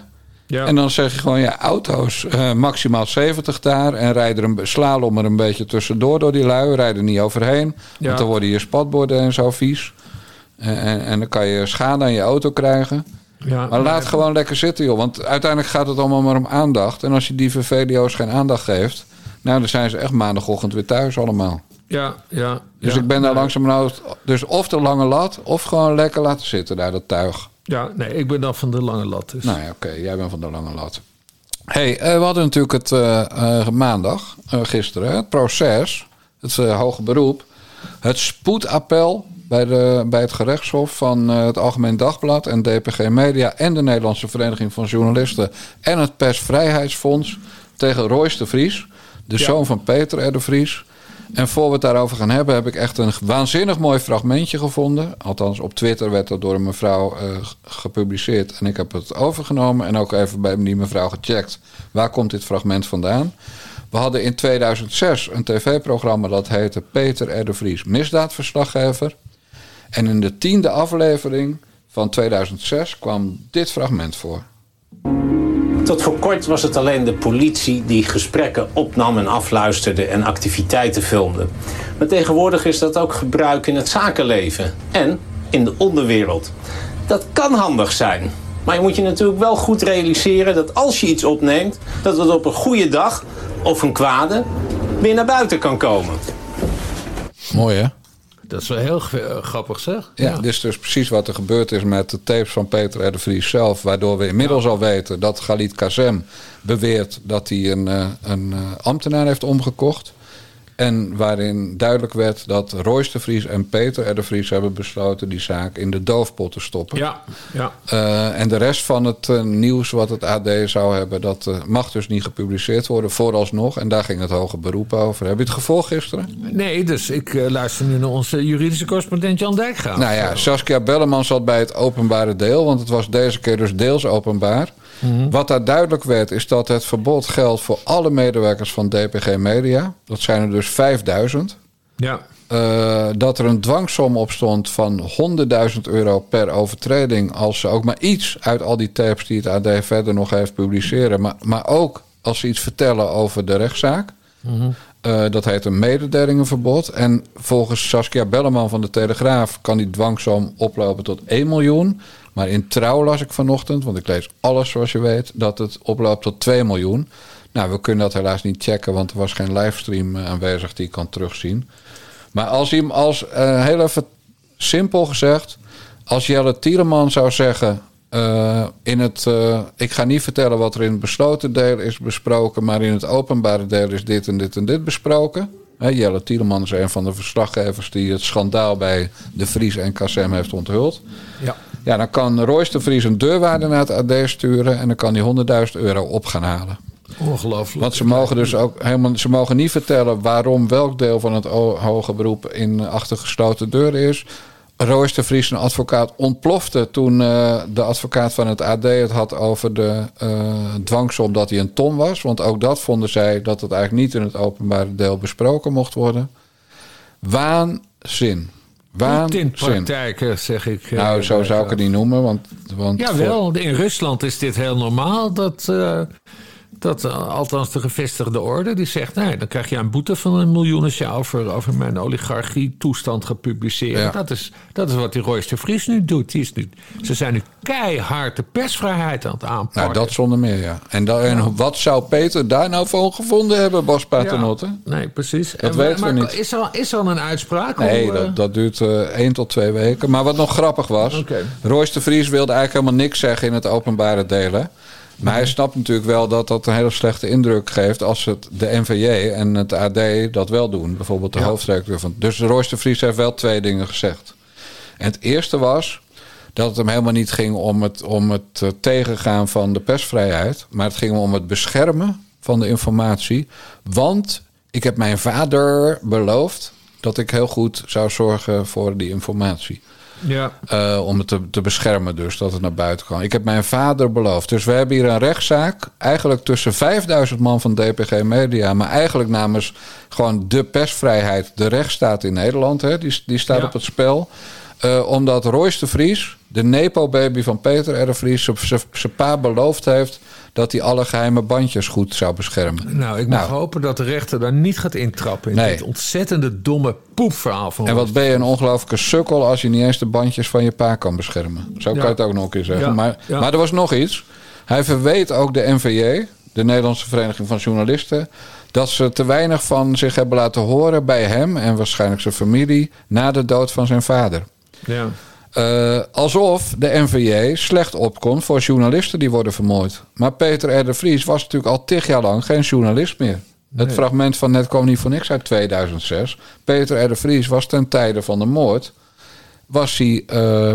Ja. En dan zeg je gewoon, ja, auto's uh, maximaal zeventig daar... en rijden er een slalom er een beetje tussendoor door die lui. Rijden niet overheen, Ja. want dan worden je spatborden en zo vies. En, en, en dan kan je schade aan je auto krijgen. Ja, Maar laat gewoon lekker zitten, joh. Want uiteindelijk gaat het allemaal maar om aandacht. En als je die V D O's geen aandacht geeft... nou, dan zijn ze echt maandagochtend weer thuis allemaal. Ja, ja. Dus ja, ik ben daar nee. langzamerhand... Dus of de lange lat, of gewoon lekker laten zitten daar, dat tuig. Ja, nee, ik ben dan van de lange lat. Dus. Nou ja, oké, okay, jij bent van de lange lat. Hey, uh, we hadden natuurlijk het uh, uh, maandag, uh, gisteren, het proces, het uh, hoge beroep, het spoedappel bij, de, bij het gerechtshof van uh, het Algemeen Dagblad en D P G Media en de Nederlandse Vereniging van Journalisten en het Persvrijheidsfonds tegen Royce de Vries, de Ja. zoon van Peter R. de Vries. En voor we het daarover gaan hebben, heb ik echt een waanzinnig mooi fragmentje gevonden. Althans, op Twitter werd dat door een mevrouw uh, gepubliceerd. En ik heb het overgenomen en ook even bij die mevrouw gecheckt. Waar komt dit fragment vandaan? We hadden in tweeduizend zes een tv-programma dat heette Peter R. de Vries, misdaadverslaggever. En in de tiende aflevering van tweeduizend zes kwam dit fragment voor. Tot voor kort was het alleen de politie die gesprekken opnam en afluisterde en activiteiten filmde. Maar tegenwoordig is dat ook gebruik in het zakenleven en in de onderwereld. Dat kan handig zijn. Maar je moet je natuurlijk wel goed realiseren dat als je iets opneemt, dat het op een goede dag of een kwade weer naar buiten kan komen. Mooi, hè? Dat is wel heel uh, grappig, zeg. Ja, dit is dus precies wat er gebeurd is met de tapes van Peter R. de Vries zelf. Waardoor we inmiddels al weten dat Khalid Kazem beweert dat hij een, uh, een uh, ambtenaar heeft omgekocht. En waarin duidelijk werd dat Royce de Vries en Peter R. de Vries hebben besloten die zaak in de doofpot te stoppen. Ja, ja. Uh, en de rest van het uh, nieuws wat het A D zou hebben, dat uh, mag dus niet gepubliceerd worden vooralsnog. En daar ging het hoge beroep over. Heb je het gevolgd gisteren? Nee, dus ik uh, luister nu naar onze juridische correspondent Jan Dijkgraaf. Nou ja, Saskia Belleman zat bij het openbare deel, want het was deze keer dus deels openbaar. Mm-hmm. Wat daar duidelijk werd, is dat het verbod geldt voor alle medewerkers van D P G Media. Dat zijn er dus vijfduizend. Ja. Uh, dat er een dwangsom op stond van honderdduizend euro per overtreding als ze ook maar iets uit al die tapes die het A D verder nog heeft publiceren. Maar, maar ook als ze iets vertellen over de rechtszaak. Mm-hmm. Uh, dat heet een mededelingenverbod. En volgens Saskia Belleman van de Telegraaf kan die dwangsom oplopen tot één miljoen. Maar in Trouw las ik vanochtend, want ik lees alles zoals je weet, dat het oploopt tot twee miljoen. Nou, we kunnen dat helaas niet checken, want er was geen livestream aanwezig die ik kan terugzien. Maar als hij als uh, heel even simpel gezegd, als Jelle Tielemans zou zeggen, uh, in het, uh, ik ga niet vertellen wat er in het besloten deel is besproken, maar in het openbare deel is dit en dit en dit besproken. He, Jelle Tielemans is een van de verslaggevers die het schandaal bij de Vries en Kazem heeft onthuld. Ja. Ja, dan kan Royce de Vries een deurwaarder naar het A D sturen en dan kan hij honderdduizend euro op gaan halen. Ongelooflijk. Want ze mogen dus ook helemaal, ze mogen niet vertellen waarom welk deel van het hoge beroep in achter gesloten deuren is. Royce de Vries, een advocaat, ontplofte toen uh, de advocaat van het A D het had over de uh, dwangsom dat hij een ton was. Want ook dat vonden zij dat het eigenlijk niet in het openbare deel besproken mocht worden. Waanzin. Waanzin. Praktijken, zeg ik. Nou, zo zou ik het niet noemen. Want, want Jawel, voor... in Rusland is dit heel normaal. Dat, uh, dat uh, althans de gevestigde orde, die zegt, nee, dan krijg je een boete van een miljoen als je over, over mijn oligarchie-toestand gaat publiceren. Ja. Dat, is, dat is wat die Royce de Vries nu doet. Die is nu, ze zijn nu keihard de persvrijheid aan het aanpakken. Nou, dat zonder meer, ja. En, da- en ja. wat zou Peter daar nou van gevonden hebben, Bas Paternotte? Ja, nee, precies. Dat en, weten maar, we niet. Is er, is er een uitspraak? Nee, hoe, dat, dat duurt uh, één tot twee weken. Maar wat nog grappig was, okay. Royce de Vries wilde eigenlijk helemaal niks zeggen in het openbare delen. Maar hij snapt natuurlijk wel dat dat een hele slechte indruk geeft als het de N V J en het A D dat wel doen. Bijvoorbeeld de ja. hoofdredacteur van. Dus Royce de Vries heeft wel twee dingen gezegd. En het eerste was dat het hem helemaal niet ging om het, om het tegengaan van de persvrijheid. Maar het ging om het beschermen van de informatie. Want ik heb mijn vader beloofd dat ik heel goed zou zorgen voor die informatie. Ja. Uh, om het te, te beschermen dus, dat het naar buiten kan. Ik heb mijn vader beloofd. Dus we hebben hier een rechtszaak, eigenlijk tussen vijfduizend man van D P G Media, maar eigenlijk namens gewoon de persvrijheid, de rechtsstaat in Nederland, hè, die, die staat ja. op het spel. Uh, omdat Royce de Vries de nepo-baby van Peter R. de Vries zijn pa beloofd heeft dat hij alle geheime bandjes goed zou beschermen. Nou, ik mag nou, hopen dat de rechter daar niet gaat intrappen in nee. dit ontzettende domme poepverhaal van. En wat ben je een ongelooflijke sukkel als je niet eens de bandjes van je pa kan beschermen. Zo kan je het ook nog een keer zeggen. Ja. Maar, Ja. maar er was nog iets. Hij verweet ook de N V J, de Nederlandse Vereniging van Journalisten, dat ze te weinig van zich hebben laten horen bij hem en waarschijnlijk zijn familie na de dood van zijn vader. Ja. Uh, alsof de N V J slecht opkomt voor journalisten die worden vermoord. Maar Peter R. de Vries was natuurlijk al tig jaar lang geen journalist meer. Nee. Het fragment van net kwam niet voor niks uit tweeduizend zes. Peter R. de Vries was ten tijde van de moord was hij uh,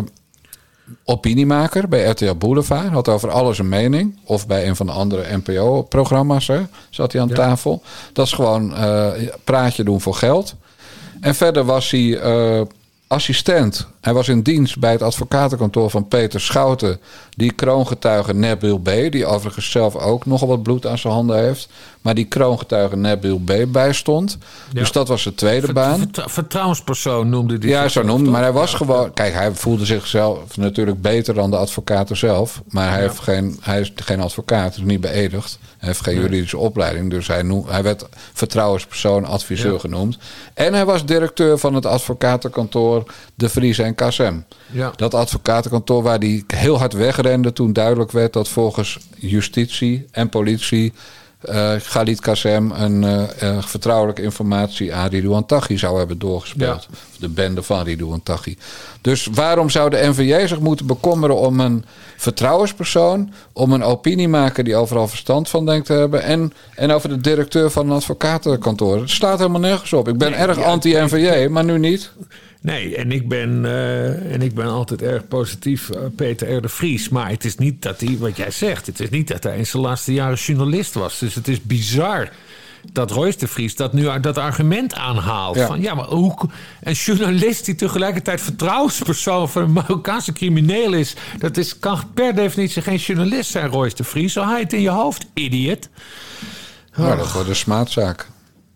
opiniemaker bij R T L Boulevard. Had over alles een mening. Of bij een van de andere N P O-programma's hè, zat hij aan ja. tafel. Dat is gewoon uh, praatje doen voor geld. En verder was hij uh, assistent. Hij was in dienst bij het advocatenkantoor van Peter Schouten. Die kroongetuige Nabil B. Die overigens zelf ook nogal wat bloed aan zijn handen heeft. Maar die kroongetuige Nabil B. bijstond. Ja. Dus dat was de tweede Vert, baan. Vert, vertrouwenspersoon noemde die. Ja, zo noemde. Maar hij was ja. gewoon. Kijk, hij voelde zichzelf natuurlijk beter dan de advocaten zelf. Maar hij, ja. heeft geen, hij is geen advocaat, is niet beëdigd. Hij heeft geen juridische nee. opleiding. Dus hij, noem, hij werd vertrouwenspersoon, adviseur ja. genoemd. En hij was directeur van het advocatenkantoor De Vries en Kassem. Ja. Dat advocatenkantoor waar hij heel hard wegrende toen duidelijk werd dat volgens justitie en politie Uh, Khalid Kassem een uh, uh, vertrouwelijke informatie aan Ridouan Taghi zou hebben doorgespeeld. Ja. De bende van Ridouan Taghi. Dus waarom zou de N V J zich moeten bekommeren om een vertrouwenspersoon, om een opiniemaker die overal verstand van denkt te hebben en, en over de directeur van een advocatenkantoor? Het slaat helemaal nergens op. Ik ben nee, erg ja, anti-N V J, nee. maar nu niet. Nee, en ik ben, uh, en ik ben altijd erg positief uh, Peter R. de Vries. Maar het is niet dat hij, wat jij zegt, het is niet dat hij in zijn laatste jaren journalist was. Dus het is bizar dat Royce de Vries dat nu dat argument aanhaalt. Ja. Van, ja, maar hoe een journalist die tegelijkertijd vertrouwenspersoon van een Marokkaanse crimineel is, dat is, kan per definitie geen journalist zijn, Royce de Vries. Zo haal je het in je hoofd, idiot. Oh. Nou, dat wordt een smaadzaak.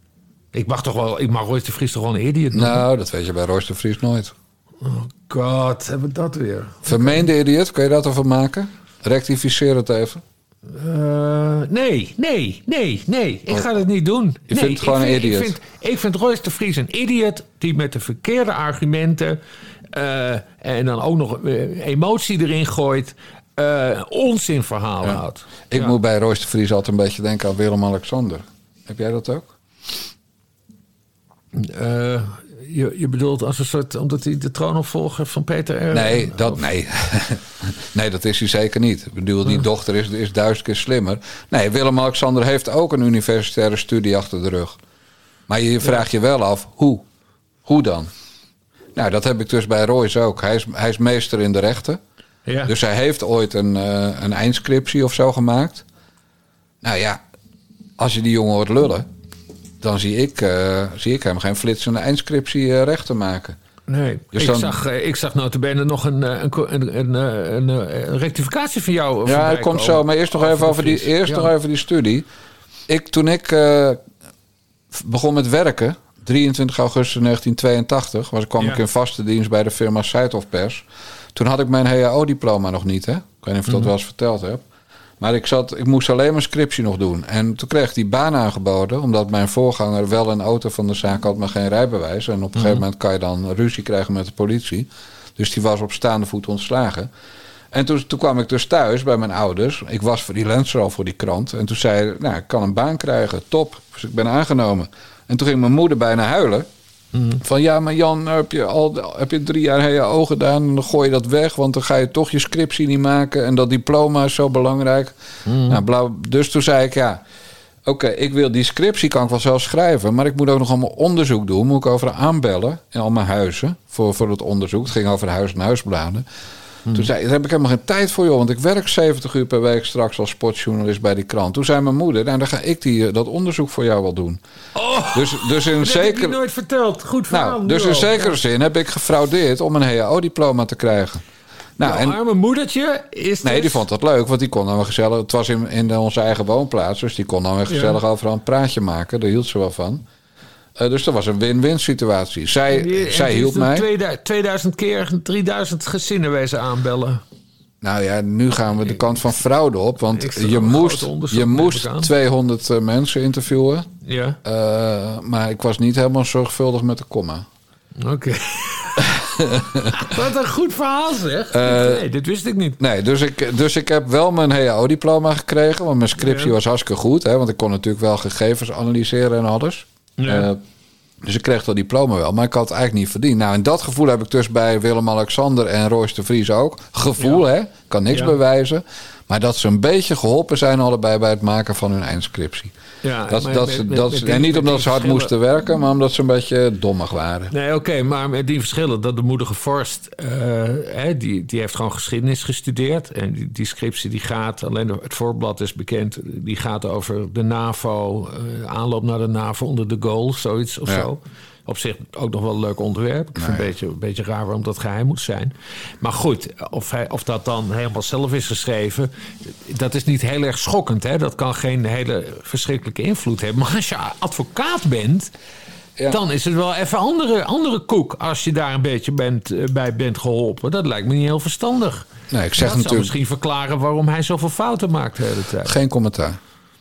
Ik mag toch wel, ik mag Royce de Vries toch wel een idiot noemen? Nou, dat weet je bij Royce de Vries nooit. Oh god, hebben we dat weer? Vermeende okay. idiot, kun je dat ervan maken? Rectificeer het even. Uh, nee, nee, nee, nee. Ik ga dat niet doen. Je nee, vindt gewoon ik vind, een idiot? Ik vind, ik vind Royce de Vries een idiot die met de verkeerde argumenten uh, en dan ook nog uh, emotie erin gooit, uh, onzinverhalen ja. houdt. Ik ja. moet bij Royce de Vries altijd een beetje denken aan Willem-Alexander. Heb jij dat ook? Uh, je, je bedoelt als een soort, omdat hij de troonopvolger van Peter R. Nee, dat, nee. nee, dat is hij zeker niet. Ik bedoel, die uh. dochter is, is duizend keer slimmer. Nee, Willem-Alexander heeft ook een universitaire studie achter de rug. Maar je vraagt je wel af, hoe? Hoe dan? Nou, dat heb ik dus bij Royce ook. Hij is, hij is meester in de rechten. Ja. Dus hij heeft ooit een, uh, een eindscriptie of zo gemaakt. Nou ja, als je die jongen hoort lullen, dan zie ik, uh, zie ik hem geen flitsende eindscriptie uh, recht te maken. Nee, dus ik, dan, zag, uh, ik zag notabene nog een, een, een, een, een, een rectificatie van jou. Ja, dat komt zo. Maar eerst nog even over die, eerst ja. nog even die studie. Ik, toen ik uh, begon met werken, drieëntwintig augustus negentien tweeëntachtig, was, kwam ja. ik in vaste dienst bij de firma Seidhoff Pers. Toen had ik mijn H A O-diploma nog niet, hè? Ik weet niet of ik dat mm-hmm. wel eens verteld heb. Maar ik, zat, ik moest alleen mijn scriptie nog doen. En toen kreeg ik die baan aangeboden, omdat mijn voorganger wel een auto van de zaak had, maar geen rijbewijs. En op een gegeven mm-hmm. moment kan je dan ruzie krijgen met de politie. Dus die was op staande voet ontslagen. En toen, toen kwam ik dus thuis bij mijn ouders. Ik was freelancer al voor die krant. En toen zei hij, nou, ik kan een baan krijgen, top. Dus ik ben aangenomen. En toen ging mijn moeder bijna huilen. Mm. Van ja, maar Jan, heb je, al, heb je drie jaar H A O gedaan en dan gooi je dat weg, want dan ga je toch je scriptie niet maken en dat diploma is zo belangrijk. Mm. Nou, blauw, dus toen zei ik, ja, oké, okay, ik wil die scriptie, kan ik wel zelf schrijven, maar ik moet ook nog allemaal onderzoek doen. Moet ik over aanbellen in al mijn huizen voor, voor het onderzoek. Het ging over huis- en huisbladen. Hmm. Toen zei ik, daar heb ik helemaal geen tijd voor, joh. Want ik werk zeventig uur per week straks als sportjournalist bij die krant. Toen zei mijn moeder, nou, dan ga ik die, dat onderzoek voor jou wel doen. Oh, dus, dus in dat zeker... heb je nooit verteld. Goed verhaal. Nou, dus in zekere ja. zin heb ik gefraudeerd om een H A O-diploma te krijgen. Nou, nou, en arme moedertje is Nee, dus... die vond dat leuk, want die kon dan weer gezellig... Het was in, in onze eigen woonplaats, dus die kon dan weer gezellig ja. overal een praatje maken. Daar hield ze wel van. Uh, dus dat was een win-win situatie. Zij, die, zij hielp mij. tweeduizend, tweeduizend keer drieduizend gezinnen wezen aanbellen. Nou ja, nu gaan we de kant van fraude op. Want Ik je moest, je moest tweehonderd uh, mensen interviewen. Ja. Uh, maar ik was niet helemaal zorgvuldig met de komma. Oké. Okay. Wat een goed verhaal zeg. Uh, nee, dit wist ik niet. Nee, dus ik, dus ik heb wel mijn H A O-diploma gekregen. Want mijn scriptie ja. was hartstikke goed. Hè, want ik kon natuurlijk wel gegevens analyseren en alles. Ja. Uh, dus ik kreeg dat diploma wel. Maar ik had het eigenlijk niet verdiend. Nou, en dat gevoel heb ik dus bij Willem-Alexander en Royce de Vries ook. Gevoel, ja. hè. Kan niks ja. bewijzen. Maar dat ze een beetje geholpen zijn allebei bij het maken van hun eindscriptie. Ja, dat, dat, met, dat, met, met en niet die, omdat ze hard moesten werken, maar omdat ze een beetje dommig waren. Nee, oké, okay, maar met die verschillen dat de moedige vorst, uh, hè, die, die heeft gewoon geschiedenis gestudeerd. En die, die scriptie die gaat, alleen het voorblad is bekend, die gaat over de NAVO, uh, aanloop naar de NAVO onder de Gaulle, zoiets of ja. zo. Op zich ook nog wel een leuk onderwerp. Ik vind het nee. een, beetje, een beetje raar waarom dat geheim moet zijn. Maar goed, of, hij, of dat dan helemaal zelf is geschreven, dat is niet heel erg schokkend. Hè? Dat kan geen hele verschrikkelijke invloed hebben. Maar als je advocaat bent, ja. dan is het wel even andere, andere koek als je daar een beetje bent, bij bent geholpen. Dat lijkt me niet heel verstandig. Nee, ik zeg dat natuurlijk... zou misschien verklaren waarom hij zoveel fouten maakt de hele tijd. Geen commentaar.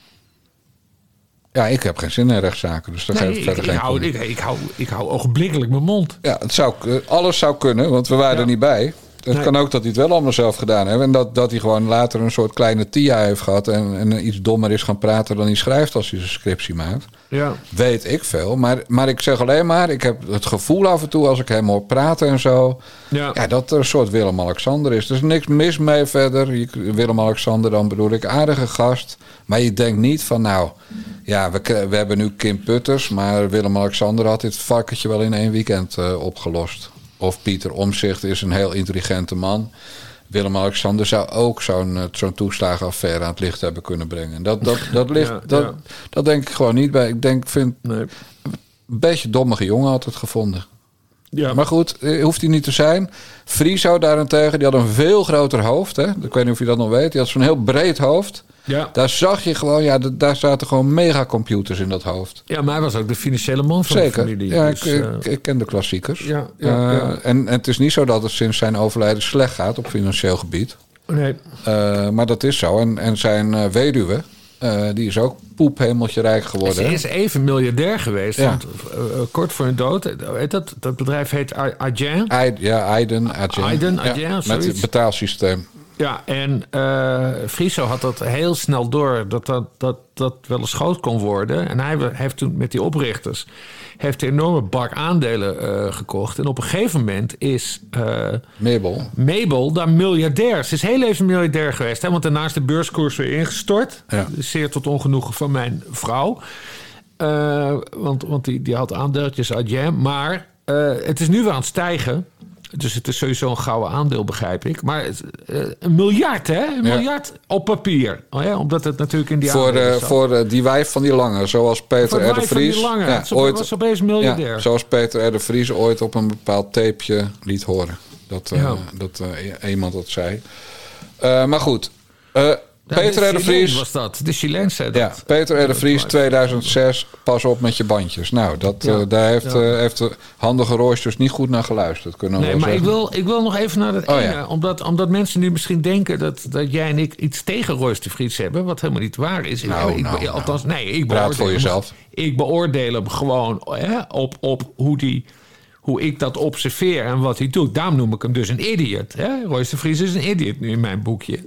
Ja, ik heb geen zin in rechtszaken, dus daar nee, geef ik verder ik, geen ik hou, ik, ik, hou, ik hou ogenblikkelijk mijn mond. Ja, het zou, alles zou kunnen, want we waren ja. er niet bij. Het nee. kan ook dat hij het wel allemaal zelf gedaan heeft. En dat, dat hij gewoon later een soort kleine tia heeft gehad en, en iets dommer is gaan praten dan hij schrijft als hij zijn scriptie maakt. Ja. Weet ik veel. Maar, maar ik zeg alleen maar, ik heb het gevoel af en toe als ik hem hoor praten en zo. Ja. Ja, dat er een soort Willem-Alexander is. Er is niks mis mee verder. Willem-Alexander, dan bedoel ik aardige gast. Maar je denkt niet van nou, ja, we, we hebben nu Kim Putters, maar Willem-Alexander had dit varkentje wel in één weekend uh, opgelost. Of Pieter Omtzigt is een heel intelligente man. Willem-Alexander zou ook zo'n, zo'n toeslagenaffaire aan het licht hebben kunnen brengen. Dat, dat, dat, ligt, ja, dat, ja. dat denk ik gewoon niet bij. Ik denk, vind nee. een beetje dommige jongen had het gevonden. Ja. Maar goed, hoeft hij niet te zijn. Friso daarentegen, die had een veel groter hoofd. Hè? Ik weet niet of je dat nog weet. Die had zo'n heel breed hoofd. Ja. Daar zag je gewoon, ja, daar zaten gewoon megacomputers in dat hoofd. Ja, maar hij was ook de financiële man van Zeker. de familie. Ja, dus, ik, uh... ik, ik ken de klassiekers. Ja, ja, uh, ja. En, en het is niet zo dat het sinds zijn overlijden slecht gaat op financieel gebied. Nee. Uh, maar dat is zo. En, en zijn uh, weduwe, uh, die is ook poephemeltje rijk geworden. Ze is even miljardair geweest. Ja. Want, uh, kort voor hun dood, weet dat, dat bedrijf heet Adyen. Ja, Aiden. Aiden, Adyen, ja, met het betaalsysteem. Ja, en uh, Friso had dat heel snel door dat dat, dat dat wel eens groot kon worden. En hij heeft toen met die oprichters heeft een enorme bak aandelen uh, gekocht. En op een gegeven moment is uh, Mabel. Mabel daar miljardair. Ze is heel even miljardair geweest. Hè, want daarna is de beurskoers weer ingestort. Ja. Zeer tot ongenoegen van mijn vrouw. Uh, want want die, die had aandeeltjes uit Jam. Maar uh, het is nu weer aan het stijgen. Dus het is sowieso een gouden aandeel, begrijp ik. Maar uh, een miljard, hè? Een ja. miljard op papier. Oh ja, omdat het natuurlijk in die voor, uh, voor uh, die wijf van die lange, zoals Peter R. de Vries. Van die lange. Ja, ooit, was opeens miljardair. Ja, zoals Peter R. de Vries ooit op een bepaald tapeje liet horen. Dat, uh, ja. dat uh, iemand dat zei. Uh, maar goed. Uh, Ja, Peter R. de Vries was dat. De Chileens zei dat. Ja, Peter R. de Vries, tweeduizend zes. Pas op met je bandjes. Nou, dat, ja, uh, daar heeft, ja. uh, heeft de handige Royce dus niet goed naar geluisterd. Kunnen we nee, maar ik wil, ik wil nog even naar dat oh, ene. Ja. Omdat, omdat mensen nu misschien denken dat, dat jij en ik iets tegen Royce de Vries hebben. Wat helemaal niet waar is. Nou, ik, nou, ik, althans, nou. nee, ik Praat voor jezelf. Hem, ik beoordeel hem gewoon hè, op, op hoe die... hoe ik dat observeer en wat hij doet. Daarom noem ik hem dus een idiot. Hè? Royce de Vries is een idiot nu in mijn boekje.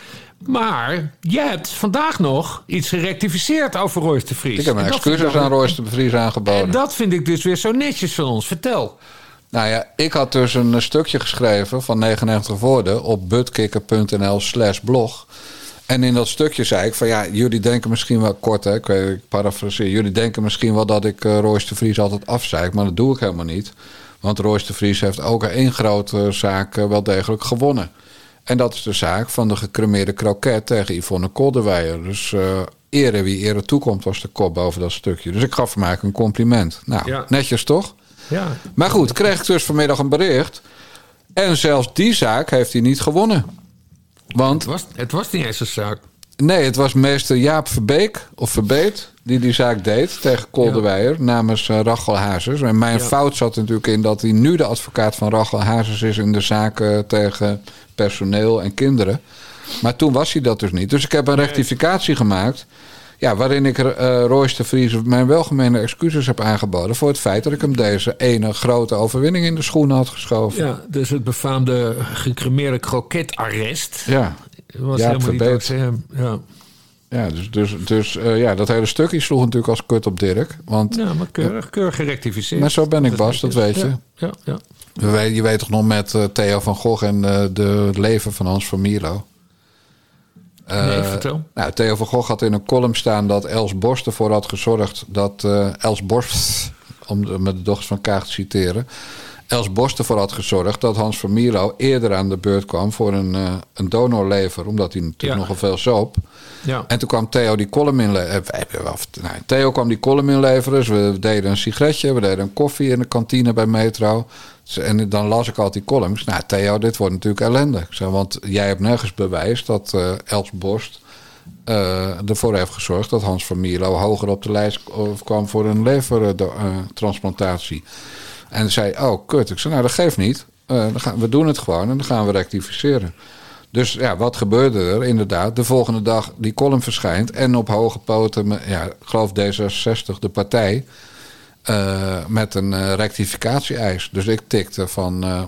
Maar jij hebt vandaag nog iets gerectificeerd over Royce de Vries. Ik heb mijn excuses aan Royce de Vries aangeboden. En dat vind ik dus weer zo netjes van ons. Vertel. Nou ja, ik had dus een stukje geschreven van negenennegentig woorden... op buttkicker.nl slash blog. En in dat stukje zei ik van ja, jullie denken misschien wel kort, hè, ik, weet, ik parafraseer. Jullie denken misschien wel dat ik uh, Royce de Vries altijd afzeik, maar dat doe ik helemaal niet. Want Royce de Vries heeft ook één grote zaak uh, wel degelijk gewonnen. En dat is de zaak van de gecremeerde kroket tegen Yvonne Kolderweijer. Dus uh, ere wie ere toekomt was de kop boven dat stukje. Dus ik gaf hem eigenlijk een compliment. Nou, ja. Netjes toch? Ja. Maar goed, kreeg ik dus vanmiddag een bericht. En zelfs die zaak heeft hij niet gewonnen. Want het was, het was niet eens een zaak. Nee, het was meester Jaap Verbeek, of Verbeet, die die zaak deed tegen Kolderweijer ja. namens uh, Rachel Hazes. En mijn ja. fout zat natuurlijk in dat hij nu de advocaat van Rachel Hazes is in de zaken tegen personeel en kinderen. Maar toen was hij dat dus niet. Dus ik heb een nee. rectificatie gemaakt. Ja, waarin ik uh, Royce de Vries mijn welgemeende excuses heb aangeboden voor het feit dat ik hem deze ene grote overwinning in de schoenen had geschoven. Ja, dus het befaamde gecremeerde kroketarrest. Ja, was ja, helemaal niet dankzij hem. Ja. Ja, dus, dus, dus uh, ja, dat hele stukje sloeg natuurlijk als kut op Dirk. Want, ja, maar keurig, keurig gerectificeerd. Maar zo ben ik, Bas, dat weet je. Ja, ja, ja. We weet, je weet toch nog met uh, Theo van Gogh en uh, de leven van Hans van Mierlo. Uh, nee, vertel. Nou, Theo van Gogh had in een column staan dat Els Borst ervoor had gezorgd dat uh, Els Borst, om de, met de dochters van Kaag te citeren, Els Borst ervoor had gezorgd dat Hans van Mierlo eerder aan de beurt kwam voor een, uh, een donorlever, omdat hij natuurlijk ja. nogal veel zoop. Ja. En toen kwam Theo die column inleveren. Nou, Theo kwam die column inleveren. Dus we deden een sigaretje, we deden een koffie in de kantine bij Metro. En dan las ik altijd die columns. Nou, Theo, dit wordt natuurlijk ellende. Ik zeg, want jij hebt nergens bewijs dat uh, Els Borst uh, ervoor heeft gezorgd dat Hans van Mierlo hoger op de lijst kwam voor een levertransplantatie. Uh, en zei, oh, kut. Ik zei, nou, dat geeft niet. Uh, dan gaan, we doen het gewoon en dan gaan we rectificeren. Dus ja, wat gebeurde er? Inderdaad, de volgende dag die column verschijnt en op hoge poten, ja, ik geloof D zesenzestig, de partij, uh, met een uh, rectificatie-eis. Dus ik tikte van uh,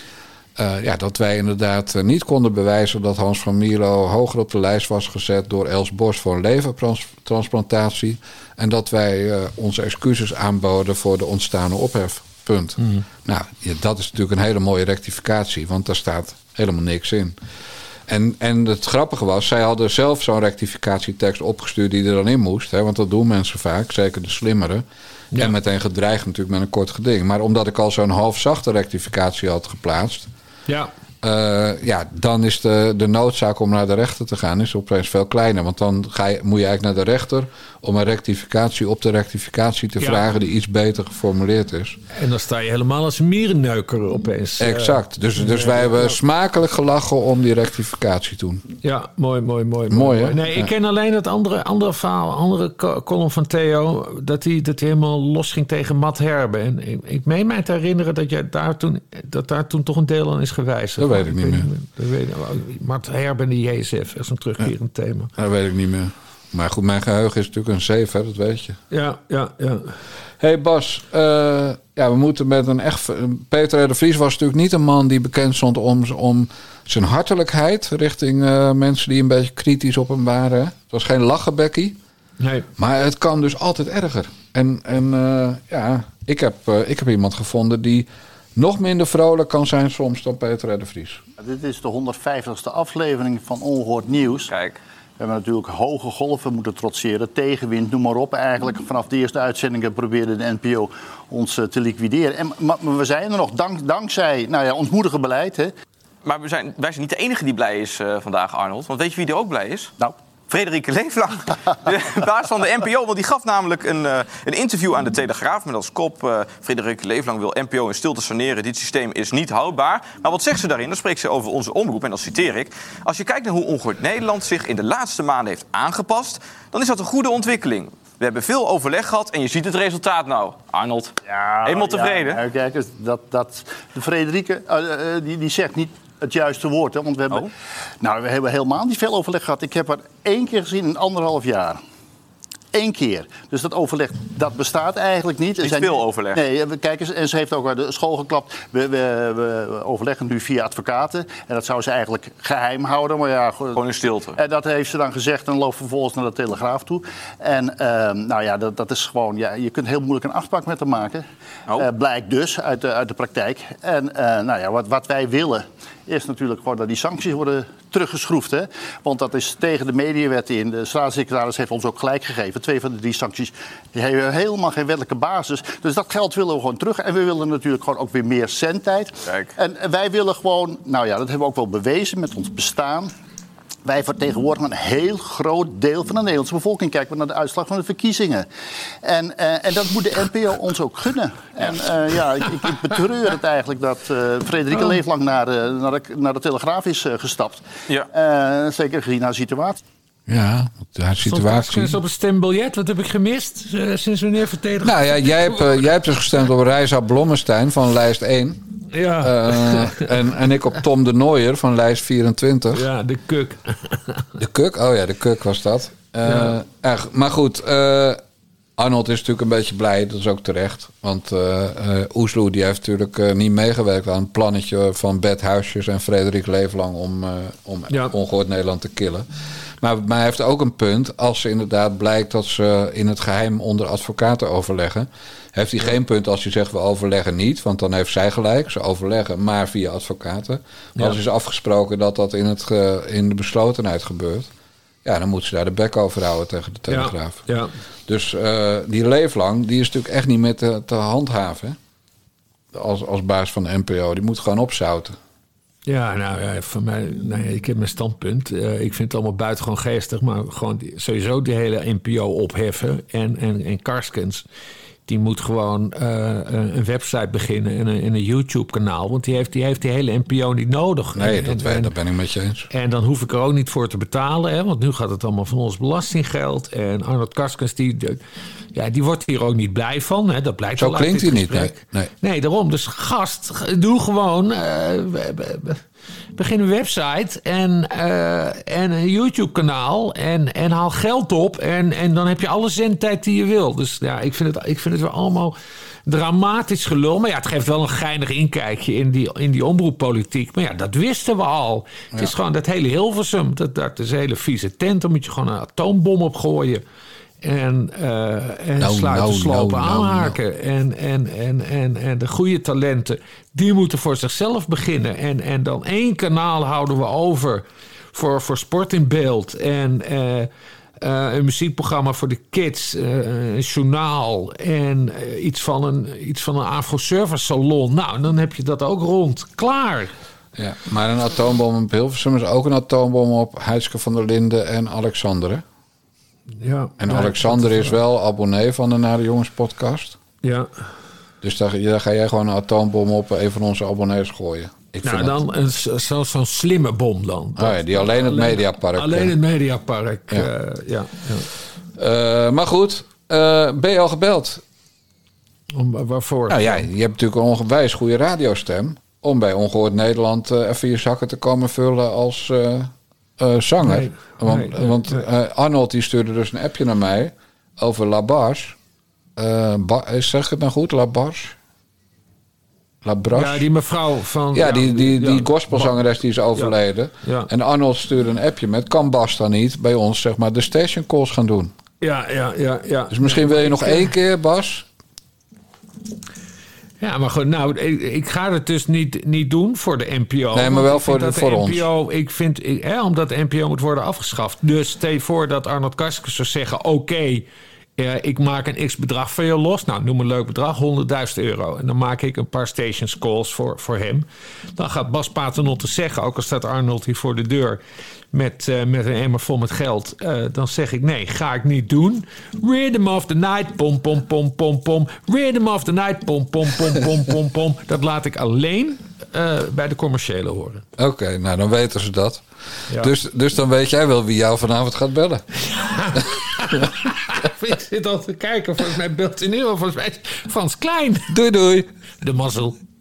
uh, ja, dat wij inderdaad uh, niet konden bewijzen dat Hans van Mierlo hoger op de lijst was gezet door Els Borst voor een levertransplantatie. En dat wij uh, onze excuses aanboden voor de ontstane ophef. Punt. Mm. Nou, ja, dat is natuurlijk een hele mooie rectificatie, want daar staat helemaal niks in. En, en het grappige was, zij hadden zelf zo'n rectificatietekst opgestuurd die er dan in moest. Hè, want dat doen mensen vaak, zeker de slimmeren. Ja. En meteen gedreigd natuurlijk met een kort geding. Maar omdat ik al zo'n halfzachte rectificatie had geplaatst, ja. Uh, ja, dan is de, de noodzaak om naar de rechter te gaan is opeens veel kleiner. Want dan ga je, moet je eigenlijk naar de rechter om een rectificatie op de rectificatie te ja. vragen die iets beter geformuleerd is. En dan sta je helemaal als een mierenneuker opeens. Exact. Dus, dus wij hebben smakelijk gelachen om die rectificatie toen. Ja, mooi, mooi, mooi. Mooi, hè? Nee, ik ja. ken alleen het andere, andere verhaal, andere column van Theo, dat hij, dat hij helemaal los ging tegen Matt Herben. En ik, ik meen mij te herinneren dat, jij daar toen, dat daar toen toch een deel aan is gewijzigd. Dat weet ik niet meer. Dat weet ik, Matt Herben en de J S F, dat is een terugkerend ja. thema. Dat weet ik niet meer. Maar goed, mijn geheugen is natuurlijk een zeef, hè, dat weet je. Ja, ja, ja. Hey Bas, uh, ja, we moeten met een echt... Peter R. de Vries was natuurlijk niet een man die bekend stond om, om zijn hartelijkheid richting uh, mensen die een beetje kritisch op hem waren. Hè? Het was geen lachenbekkie. Nee. Maar het kan dus altijd erger. En, en uh, ja, ik heb, uh, ik heb iemand gevonden die nog minder vrolijk kan zijn soms dan Peter R. de Vries. Dit is de honderdvijftigste aflevering van Ongehoord Nieuws. Kijk. We hebben natuurlijk hoge golven moeten trotseren, tegenwind, noem maar op. Eigenlijk vanaf de eerste uitzendingen probeerde de N P O ons te liquideren. En, maar we zijn er nog dank, dankzij nou ja, ons moedige beleid. Hè. Maar we zijn, wij zijn niet de enige die blij is uh, vandaag, Arnold. Want weet je wie er ook blij is? Nou. Frederike Leeflang, de baas van de N P O. Want die gaf namelijk een, uh, een interview aan de Telegraaf met als kop... Uh, Frederike Leeflang wil N P O in stilte saneren. Dit systeem is niet houdbaar. Maar wat zegt ze daarin? Dan spreekt ze over onze omroep. En dan citeer ik. Als je kijkt naar hoe Ongehoord Nederland zich in de laatste maanden heeft aangepast... dan is dat een goede ontwikkeling. We hebben veel overleg gehad en je ziet het resultaat nou. Arnold, ja, helemaal tevreden? Ja, kijk, dat, dat, de Frederike uh, uh, die, die zegt niet het juiste woord. Hè, want we hebben, oh. nou, we hebben helemaal niet veel overleg gehad. Ik heb haar één keer gezien in anderhalf jaar. Eén keer. Dus dat overleg, dat bestaat eigenlijk niet. Niet veel overleg. Nee, kijk eens, en ze heeft ook uit de school geklapt. We, we, we overleggen nu via advocaten. En dat zou ze eigenlijk geheim houden. Maar ja, gewoon in stilte. En dat heeft ze dan gezegd en loopt vervolgens naar de Telegraaf toe. En uh, nou ja, dat, dat is gewoon... Ja, je kunt heel moeilijk een afspraak met haar maken. Oh. Uh, blijkt dus uit de, uit de praktijk. En uh, nou ja, wat, wat wij willen is natuurlijk gewoon dat die sancties worden teruggeschroefd. Hè? Want dat is tegen de mediawet in. De staatssecretaris heeft ons ook gelijk gegeven. Twee van de drie sancties die hebben helemaal geen wettelijke basis. Dus dat geld willen we gewoon terug. En we willen natuurlijk gewoon ook weer meer zendtijd. Kijk. En wij willen gewoon, nou ja, dat hebben we ook wel bewezen met ons bestaan. Wij vertegenwoordigen een heel groot deel van de Nederlandse bevolking. Kijken we naar de uitslag van de verkiezingen. En, uh, en dat moet de N P O ons ook gunnen. En uh, ja, ik, ik betreur het eigenlijk dat uh, Frederike Leeflang naar, uh, naar, de, naar de Telegraaf is uh, gestapt. Ja. Uh, zeker gezien haar situatie. Ja, de situatie. Stond op een stembiljet. Wat heb ik gemist? Uh, sinds wanneer vertederen? Nou ja, jij hebt, uh, jij hebt dus gestemd op Reisa Blommestein van lijst één. Ja. Uh, en, en ik op Tom de Nooijer van lijst vierentwintig. Ja, de kuk. De kuk? Oh ja, de kuk was dat. Uh, ja. Echt, maar goed, uh, Arnold is natuurlijk een beetje blij. Dat is ook terecht. Want uh, uh, Oesloe die heeft natuurlijk uh, niet meegewerkt aan het plannetje van Bert Huisjes en Frederik Leeflang om, uh, om ja. Ongehoord Nederland te killen. Maar, maar hij heeft ook een punt. Als ze inderdaad blijkt dat ze in het geheim onder advocaten overleggen, heeft hij geen punt als hij zegt we overleggen niet. Want dan heeft zij gelijk. Ze overleggen, maar via advocaten. Maar ja. als is afgesproken dat dat in, het, uh, in de beslotenheid gebeurt, ja, dan moet ze daar de bek over houden tegen de Telegraaf. Ja, ja. Dus uh, die Leeflang, die is natuurlijk echt niet meer te, te handhaven. Als, als baas van de N P O. Die moet gewoon opzouten. Ja, nou ja, voor mij, nou ja, ik heb mijn standpunt. Uh, ik vind het allemaal buitengewoon geestig, maar gewoon die, sowieso die hele N P O opheffen. En, en, en Karskens, die moet gewoon uh, een website beginnen en een, en een YouTube-kanaal. Want die heeft, die heeft die hele N P O niet nodig. Nee, en, dat, en, dat ben ik met je eens. En dan hoef ik er ook niet voor te betalen. Hè, want nu gaat het allemaal van ons belastinggeld. En Arnold Karskens, die, die, ja, die wordt hier ook niet blij van. Hè, dat blijkt Zo wel klinkt hij niet, nee, nee. Nee, daarom. Dus gast, doe gewoon... Uh, begin een website en, uh, en een YouTube-kanaal en, en haal geld op. En, en dan heb je alle zendtijd die je wil. Dus ja, ik vind het, ik vind het wel allemaal dramatisch gelul. Maar ja, het geeft wel een geinig inkijkje in die, in die omroeppolitiek. Maar ja, dat wisten we al. Ja. Het is gewoon dat hele Hilversum. Dat, dat is een hele vieze tent. Daar moet je gewoon een atoombom op gooien. En, uh, en no, sluiten, no, slopen, no, aanhaken. No, no. En, en, en, en, en de goede talenten, die moeten voor zichzelf beginnen. En, en dan één kanaal houden we over voor, voor sport in beeld. En uh, uh, een muziekprogramma voor de kids. Uh, een journaal. En uh, iets van een, iets van een Afro-service salon. Nou, dan heb je dat ook rond. Klaar. Ja, maar een atoombom op Hilversum is ook een atoombom op Heidske van der Linden en Alexander, hè? Ja, en Alexander is wel abonnee van de Naar de Jongens podcast. Ja. Dus daar, daar ga jij gewoon een atoombom op een van onze abonnees gooien. Ik nou, vind dan dat... een, zo, zo'n slimme bom dan. Oh ja, die alleen het Mediapark. Alleen het Mediapark, ja. Uh, ja, ja. Uh, maar goed, uh, ben je al gebeld? Om, waarvoor? Nou ja, je hebt natuurlijk een ongewijs goede radiostem om bij Ongehoord Nederland uh, even je zakken te komen vullen als... Uh, Uh, zanger. Nee, want nee, nee, want uh, Arnold die stuurde dus een appje naar mij over La Barge. Uh, ba- zeg ik het nou goed? La Barge? La Barge? Ja, die mevrouw van... Ja, die, die, die ja, gospelzangeres die is overleden. Ja, ja. En Arnold stuurde een appje met... kan Bas dan niet bij ons zeg maar de station calls gaan doen? Ja, ja, ja. ja. Dus misschien wil je nog één keer, Bas... Ja, maar goed, nou, ik, ik ga het dus niet, niet doen voor de N P O. Nee, maar wel voor, de, voor de ons. N P O, ik vind, ik, hè, omdat de N P O moet worden afgeschaft. Dus stel je voor dat Arnold Karskens zou zeggen... oké, okay, uh, ik maak een x-bedrag van je los. Nou, noem een leuk bedrag, honderdduizend euro. En dan maak ik een paar stations calls voor, voor hem. Dan gaat Bas Paternotte zeggen, ook al staat Arnold hier voor de deur... met, uh, met een emmer vol met geld... Uh, dan zeg ik, nee, ga ik niet doen. Rhythm of the night, pom, pom, pom, pom, pom. Rhythm of the night, pom, pom, pom, pom, pom, pom. Dat laat ik alleen uh, bij de commerciële horen. Oké, okay, nou dan weten ze dat. Ja. Dus, dus dan weet jij wel wie jou vanavond gaat bellen. Ik zit al te kijken, volgens mij belt hij nu al. Volgens mij Frans Klein. Doei, doei. De mazzel.